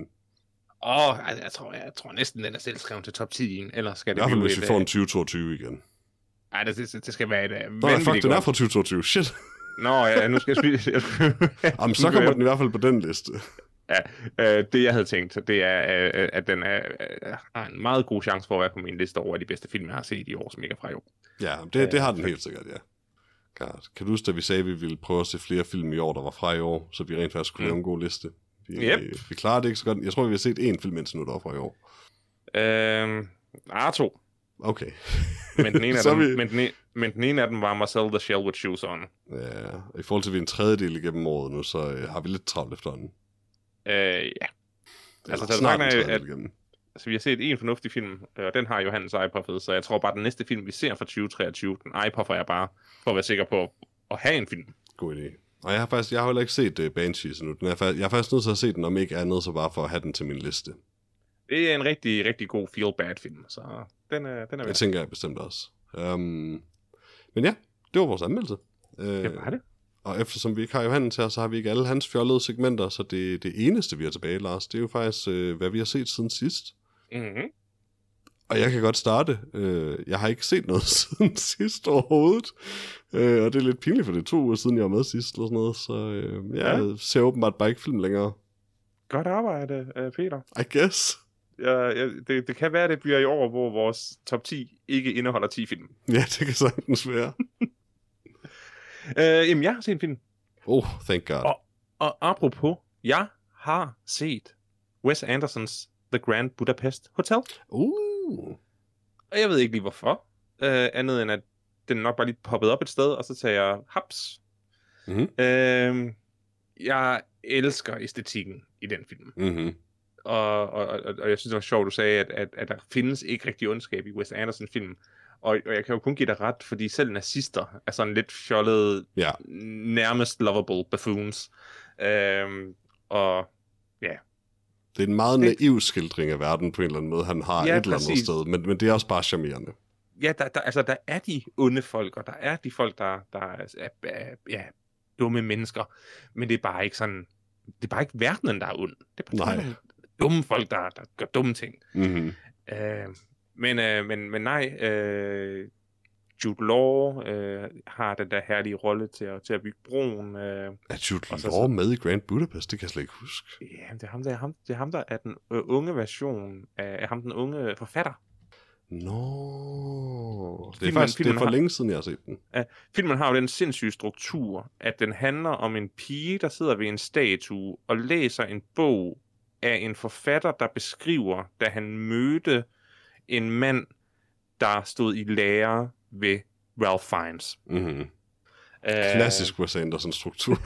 [SPEAKER 2] oh, jeg, jeg, tror, jeg tror næsten, den er selv skrevet til top ti. Ellers skal det
[SPEAKER 1] I hvert fald, hvis
[SPEAKER 2] et,
[SPEAKER 1] vi får en tyve toogtyve igen.
[SPEAKER 2] Nej, det, det, det skal være et uh,
[SPEAKER 1] Nå, fuck, den er fra tyve toogtyve. Shit.
[SPEAKER 2] Nå, ja, nu skal jeg spille.
[SPEAKER 1] Jamen, så kommer den i hvert fald på den liste.
[SPEAKER 2] Ja, øh, det jeg havde tænkt, det er, øh, at den er, øh, har en meget god chance for at være på min liste over de bedste film, jeg har set i år, som ikke er fra i år.
[SPEAKER 1] Ja, det, det har den helt sikkert, ja. God. Kan du huske, at vi sagde, at vi ville prøve at se flere film i år, der var fra i år, så vi rent faktisk kunne mm. lave en god liste? Vi,
[SPEAKER 2] yep.
[SPEAKER 1] vi, vi klarer det ikke så godt. Jeg tror, vi har set én film indtil nu, der var fra i år.
[SPEAKER 2] Øh, ah, to.
[SPEAKER 1] Okay.
[SPEAKER 2] men, den ene af dem, vi... men, den ene, men den ene af dem var Marcel the Shell with Shoes On.
[SPEAKER 1] Ja, i forhold til, at vi er en tredjedel igennem året nu, så øh, har vi lidt travlt efterhånden.
[SPEAKER 2] Øh, ja. Altså, så snart er, at, altså, vi har set en fornuftig film, og den har Johannes iPuffet, så jeg tror bare, at den næste film, vi ser fra tyve treogtyve, den iPuffer jeg bare, for at være sikker på at have en film.
[SPEAKER 1] God idé. Og jeg har faktisk, jeg har heller ikke set uh, Banshees endnu. Den er faktisk, jeg er faktisk nødt til at se den, om ikke andet, så bare for at have den til min liste.
[SPEAKER 2] Det er en rigtig, rigtig god feel-bad-film, så den er, den er
[SPEAKER 1] Det tænker jeg bestemt også. Um, men ja, det var vores anmeldelse. Uh,
[SPEAKER 2] det var det.
[SPEAKER 1] Og eftersom vi ikke har Johannes her, så har vi ikke alle hans fjollede segmenter, så det, det eneste, vi har tilbage, Lars, det er jo faktisk, øh, hvad vi har set siden sidst.
[SPEAKER 2] Mm-hmm.
[SPEAKER 1] Og jeg kan godt starte. Øh, jeg har ikke set noget siden sidst overhovedet. Øh, og det er lidt pinligt, for det er to uger siden, jeg var med sidst, eller sådan noget. Så øh, jeg ja. ser åbenbart bare ikke film længere.
[SPEAKER 2] Godt arbejde, Peter.
[SPEAKER 1] I guess.
[SPEAKER 2] Ja, ja, det, det kan være, at det bliver i år, hvor vores top ti ikke indeholder ti film.
[SPEAKER 1] Ja, det kan sagtens være.
[SPEAKER 2] Øh, jamen, jeg har set en film.
[SPEAKER 1] Oh, thank God.
[SPEAKER 2] Og, og apropos, jeg har set Wes Andersons The Grand Budapest Hotel.
[SPEAKER 1] Uh.
[SPEAKER 2] Og jeg ved ikke lige hvorfor. Øh, andet end, at den nok bare lige poppet op et sted, og så tager jeg haps.
[SPEAKER 1] Mm-hmm.
[SPEAKER 2] Øh, jeg elsker æstetikken i den film.
[SPEAKER 1] Mm-hmm.
[SPEAKER 2] Og, og, og, og jeg synes, det var sjovt, du sagde, at, at, at der findes ikke rigtig ondskab i Wes Anderson-film. Og, og jeg kan jo kun give dig ret, fordi selv nazister er sådan lidt fjollede,
[SPEAKER 1] ja.
[SPEAKER 2] nærmest lovable buffoons. Øhm, og ja.
[SPEAKER 1] Det er en meget
[SPEAKER 2] det...
[SPEAKER 1] naiv skildring af verden på en eller anden måde, han har
[SPEAKER 2] ja,
[SPEAKER 1] et eller andet
[SPEAKER 2] præcis.
[SPEAKER 1] sted, men, men det er også bare charmerende.
[SPEAKER 2] Ja, der, der, altså, der er de onde folk, og der er de folk, der, der er, er, er ja, dumme mennesker, men det er bare ikke sådan, det er bare ikke verdenen, der er ond. Det er bare
[SPEAKER 1] nej.
[SPEAKER 2] dumme folk, der, der gør dumme ting.
[SPEAKER 1] Mm-hmm.
[SPEAKER 2] Øh, men, øh, men, men nej, øh, Jude Law øh, har den der herlige rolle til at, til at bygge broen. Øh,
[SPEAKER 1] er Jude
[SPEAKER 2] så,
[SPEAKER 1] Law med i Grand Budapest? Det kan jeg slet ikke huske.
[SPEAKER 2] Ja, det er ham, der er, ham, det er ham, der er den øh, unge version af, af ham, den unge forfatter.
[SPEAKER 1] Nå, det er
[SPEAKER 2] filmen,
[SPEAKER 1] faktisk
[SPEAKER 2] filmen
[SPEAKER 1] det er for
[SPEAKER 2] har,
[SPEAKER 1] længe siden, jeg har set den.
[SPEAKER 2] Ja, filmen har jo den sindssyge struktur, at den handler om en pige, der sidder ved en statue og læser en bog af en forfatter, der beskriver, da han mødte en mand, der stod i lære ved Ralph Fiennes.
[SPEAKER 1] Mm-hmm. Uh... Klassisk Wes Anderson-struktur.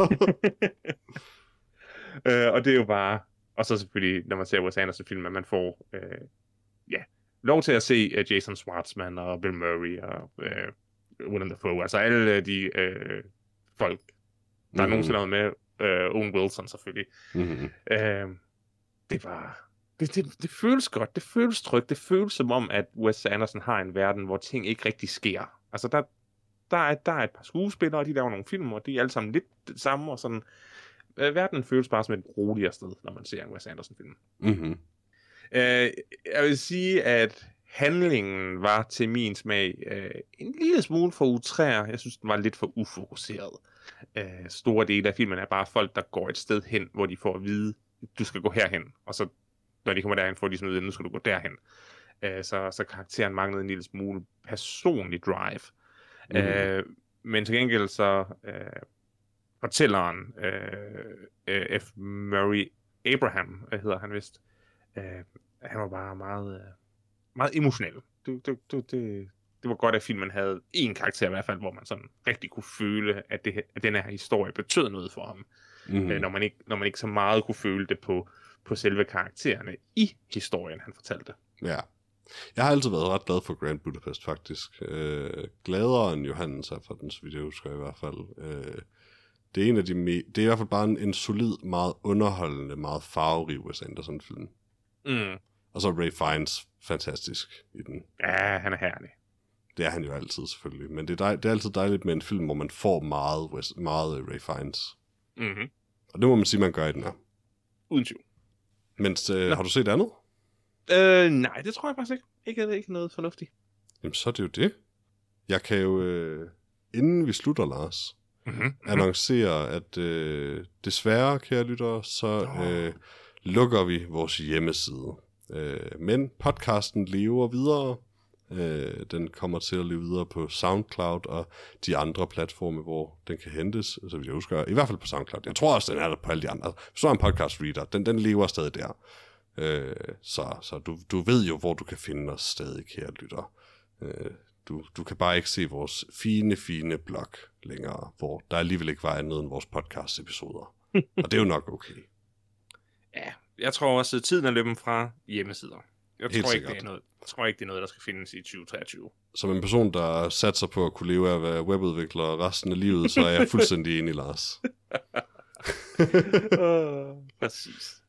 [SPEAKER 2] uh, og det er jo bare... Og så selvfølgelig, når man ser Wes Anderson-film, at man får uh, ja, lov til at se uh, Jason Schwartzman og Bill Murray og uh, Willem Dafoe. Altså alle de uh, folk, der mm-hmm. er nogensinde noget med. Uh, Owen Wilson selvfølgelig.
[SPEAKER 1] Mm-hmm.
[SPEAKER 2] Uh, det var... Det, det, det føles godt, det føles trygt, det føles som om, at Wes Anderson har en verden, hvor ting ikke rigtig sker. Altså, der, der, er, der er et par skuespillere, de laver nogle film, og de er alle sammen lidt det samme, og sådan. Øh, verden føles bare som et roligere sted, når man ser en Wes Anderson-film.
[SPEAKER 1] Mm-hmm.
[SPEAKER 2] Øh, jeg vil sige, at handlingen var til min smag øh, en lille smule for utrær. Jeg synes, den var lidt for ufokuseret. Øh, store dele af filmen er bare folk, der går et sted hen, hvor de får at vide, du skal gå herhen, og så når de kommer derhen, får de sådan noget, nu skal du gå derhen. Uh, så, så karakteren manglede en lille smule personlig drive. Mm. Uh, men til gengæld så uh, fortælleren uh, F. Murray Abraham, hedder han vist, uh, han var bare meget, uh, meget emotionel. Det, det, det, det, det var godt, at filmen havde en karakter i hvert fald, hvor man sådan rigtig kunne føle, at, det, at den her historie betød noget for ham. Mm. Uh, når, man ikke, når man ikke så meget kunne føle det på på selve karaktererne i historien, han fortalte.
[SPEAKER 1] Ja. Jeg har altid været ret glad for Grand Budapest, faktisk. Øh, gladere end Johannes er for den, så vidt jeg husker i hvert fald. Øh, det er en af de me- det er i hvert fald bare en, en solid, meget underholdende, meget farverig Wes Anderson-film.
[SPEAKER 2] Mm.
[SPEAKER 1] Og så Ray Fiennes, fantastisk i den.
[SPEAKER 2] Ja, han er herlig.
[SPEAKER 1] Det er han jo altid, selvfølgelig. Men det er, dej- det er altid dejligt med en film, hvor man får meget, Wes- meget Ray Fiennes.
[SPEAKER 2] Mm-hmm.
[SPEAKER 1] Og det må man sige, man gør i den her.
[SPEAKER 2] Uden tvivl.
[SPEAKER 1] Men øh, har du set andet?
[SPEAKER 2] Øh, nej, det tror jeg faktisk ikke. Ikke, ikke noget fornuftigt.
[SPEAKER 1] Jamen, så er det jo det. Jeg kan jo, øh, inden vi slutter, Lars, mm-hmm. annoncere, at øh, desværre, kære lyttere, så øh, lukker vi vores hjemmeside. Øh, men podcasten lever videre. Øh, den kommer til at leve videre på SoundCloud og de andre platforme, hvor den kan hentes, så vidt jeg husker, i hvert fald på SoundCloud. Jeg tror også, den er der på alle de andre. Hvis du har en podcast reader, den, den lever stadig der. Øh, så så du, du ved jo, hvor du kan finde os stadig, kære lytter. Øh, du, du kan bare ikke se vores fine, fine blog længere, hvor der alligevel ikke var andet end vores podcast-episoder. Og det er jo nok okay.
[SPEAKER 2] Ja, jeg tror også, at tiden er løbet fra hjemmesider. Jeg
[SPEAKER 1] Helt
[SPEAKER 2] tror, ikke,
[SPEAKER 1] sikkert.
[SPEAKER 2] det er noget, jeg tror ikke, det er noget, der skal findes i tyve treogtyve.
[SPEAKER 1] Som en person, der satser på at kunne leve af at være webudvikler resten af livet, så er jeg fuldstændig enig, Lars.
[SPEAKER 2] uh, præcis.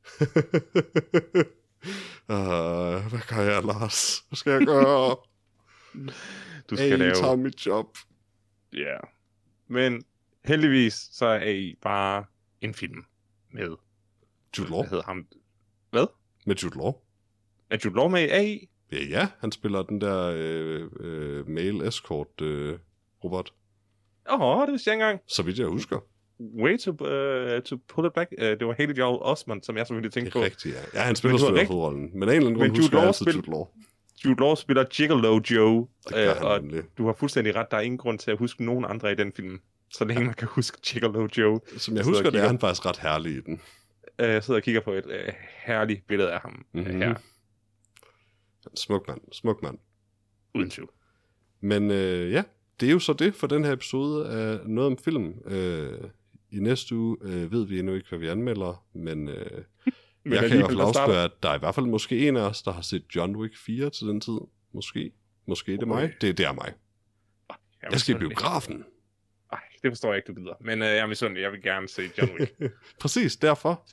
[SPEAKER 1] uh, hvad gør jeg, Lars? Hvad skal jeg gøre?
[SPEAKER 2] Du skal
[SPEAKER 1] A I
[SPEAKER 2] lave...
[SPEAKER 1] tager mit job.
[SPEAKER 2] Ja. Yeah. Men heldigvis, så er A I bare en film med...
[SPEAKER 1] Jude Law?
[SPEAKER 2] Hvad hedder ham? Hvad?
[SPEAKER 1] Med Jude Law.
[SPEAKER 2] Er Jude Law med i A I?
[SPEAKER 1] Ja, ja, han spiller den der øh, øh, male escort øh, robot.
[SPEAKER 2] Åh, oh, det vidste jeg ikke engang.
[SPEAKER 1] Så vidt jeg husker.
[SPEAKER 2] Way to, uh, to pull it back. Uh, det var Haley Joel Osment, som jeg selvfølgelig tænkte på.
[SPEAKER 1] Det er rigtigt, ja. Ja, han spiller selvfølgelig hovedrollen. Men af en eller anden grund husker jeg altid Jude Law.
[SPEAKER 2] Jude Law spiller Gigolo Joe.
[SPEAKER 1] Det gør
[SPEAKER 2] uh,
[SPEAKER 1] han
[SPEAKER 2] og
[SPEAKER 1] nemlig.
[SPEAKER 2] Du har fuldstændig ret. Der er ingen grund til at huske nogen andre i den film. Så længe man kan huske Gigolo Joe.
[SPEAKER 1] Som jeg husker, det er han faktisk ret herlig i den.
[SPEAKER 2] Uh, jeg sidder og kigger på et uh, herligt billede af ham mm-hmm. uh, her.
[SPEAKER 1] Smuk mand, smuk mand.
[SPEAKER 2] Uden tvivl.
[SPEAKER 1] Men øh, ja, det er jo så det for den her episode af Noget om Film. Øh, I næste uge øh, ved vi endnu ikke, hvad vi anmelder, men, øh, men jeg kan i hvert fald afsløre, at der er i hvert fald måske en af os, der har set John Wick fire til den tid. Måske. Måske det er mig. Det, det er mig.
[SPEAKER 2] Jeg,
[SPEAKER 1] jeg skal i biografen.
[SPEAKER 2] Nej, det forstår jeg ikke, du gider. Men øh, jeg er misundelig. Jeg vil gerne se John Wick.
[SPEAKER 1] Præcis, derfor.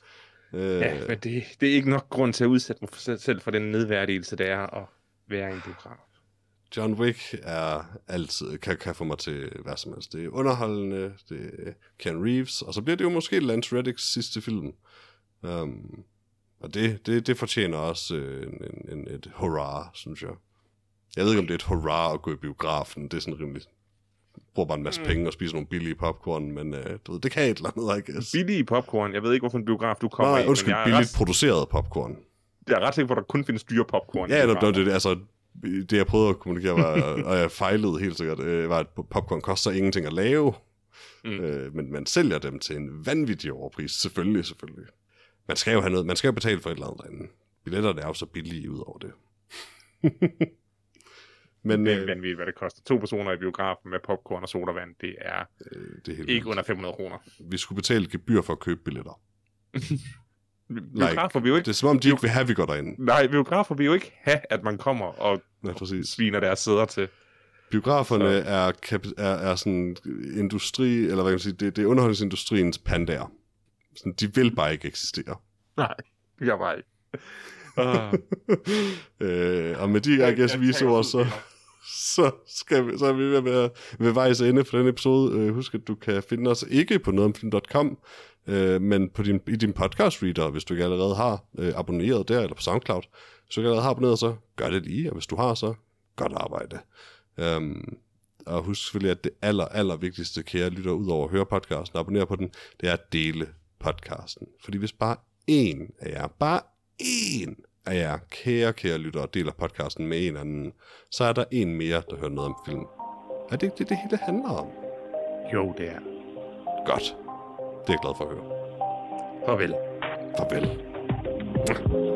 [SPEAKER 1] Øh,
[SPEAKER 2] Ja, men det, det er ikke nok grund til at udsætte mig for selv, selv for den nedværdigelse, det er at være i en biograf.
[SPEAKER 1] John Wick er altid, kan, kan få mig til hvad som helst. Det er underholdende, det er Keanu Reeves, og så bliver det jo måske Lance Reddicks sidste film. Um, og det, det, det fortjener også øh, en, en, et hurra, synes jeg. Jeg ved ikke, om det er et hurra at gå i biografen. Det er sådan rimelig... Bruger bare en masse mm. penge og spiser nogle billige popcorn, men øh, du ved, det kan et eller andet, I guess.
[SPEAKER 2] Billige popcorn? Jeg ved ikke, hvorfor en biograf du kommer
[SPEAKER 1] Nej,
[SPEAKER 2] i.
[SPEAKER 1] undskyld,
[SPEAKER 2] men
[SPEAKER 1] billigt
[SPEAKER 2] ret,
[SPEAKER 1] produceret popcorn.
[SPEAKER 2] jeg er ret sikker på, at der kun findes dyre popcorn.
[SPEAKER 1] Ja, det, det, det, altså, det jeg prøvede at kommunikere, var, og jeg fejlede helt sikkert, øh, var, at popcorn koster ingenting at lave, mm. øh, men man sælger dem til en vanvittig overpris, selvfølgelig, selvfølgelig. Man skal jo have noget, man skal jo betale for et eller andet derinde. Billetterne er jo så billige ud over det. Men,
[SPEAKER 2] det er
[SPEAKER 1] øh,
[SPEAKER 2] vanvittigt, hvad det koster. To personer i biografen med popcorn og sodavand, det er,
[SPEAKER 1] øh, det er helt
[SPEAKER 2] ikke
[SPEAKER 1] vildt.
[SPEAKER 2] under fem hundrede kroner.
[SPEAKER 1] Vi skulle betale gebyr for at købe billetter.
[SPEAKER 2] Biografer vil jo ikke...
[SPEAKER 1] Det er som om, de ikke vil have, vi går derinde.
[SPEAKER 2] Nej, biografer vil jo ikke have, at man kommer og
[SPEAKER 1] Ja, præcis.
[SPEAKER 2] sviner deres sæder til.
[SPEAKER 1] Biograferne er, kap- er, er sådan industri, eller hvad kan man sige, det, det er underholdningsindustriens pandaer. Sådan, de vil bare ikke eksistere.
[SPEAKER 2] Nej, det gør bare ikke. Uh.
[SPEAKER 1] øh, og med de, I guess, vise ord, så, så, skal vi, så er vi ved at være ved vejs ende for den episode. Øh, husk, at du kan finde os ikke på nogetomfilm punktum com, øh, men på din, i din podcast-reader, hvis du ikke allerede har øh, abonneret der, eller på SoundCloud. Hvis du ikke allerede har abonneret, så gør det lige, og hvis du har, så godt arbejde. Um, og husk selvfølgelig, at det aller, aller vigtigste, kære lytter, ud over at høre podcasten og abonnere på den, det er at dele podcasten. Fordi hvis bare én af jer, bare én af jer, kære, kære lyttere, deler podcasten med en anden, så er der en mere, der hører noget om film. Er det ikke det, det hele handler om?
[SPEAKER 2] Jo, det er.
[SPEAKER 1] Godt. Det er jeg glad for at høre.
[SPEAKER 2] Farvel.
[SPEAKER 1] Farvel.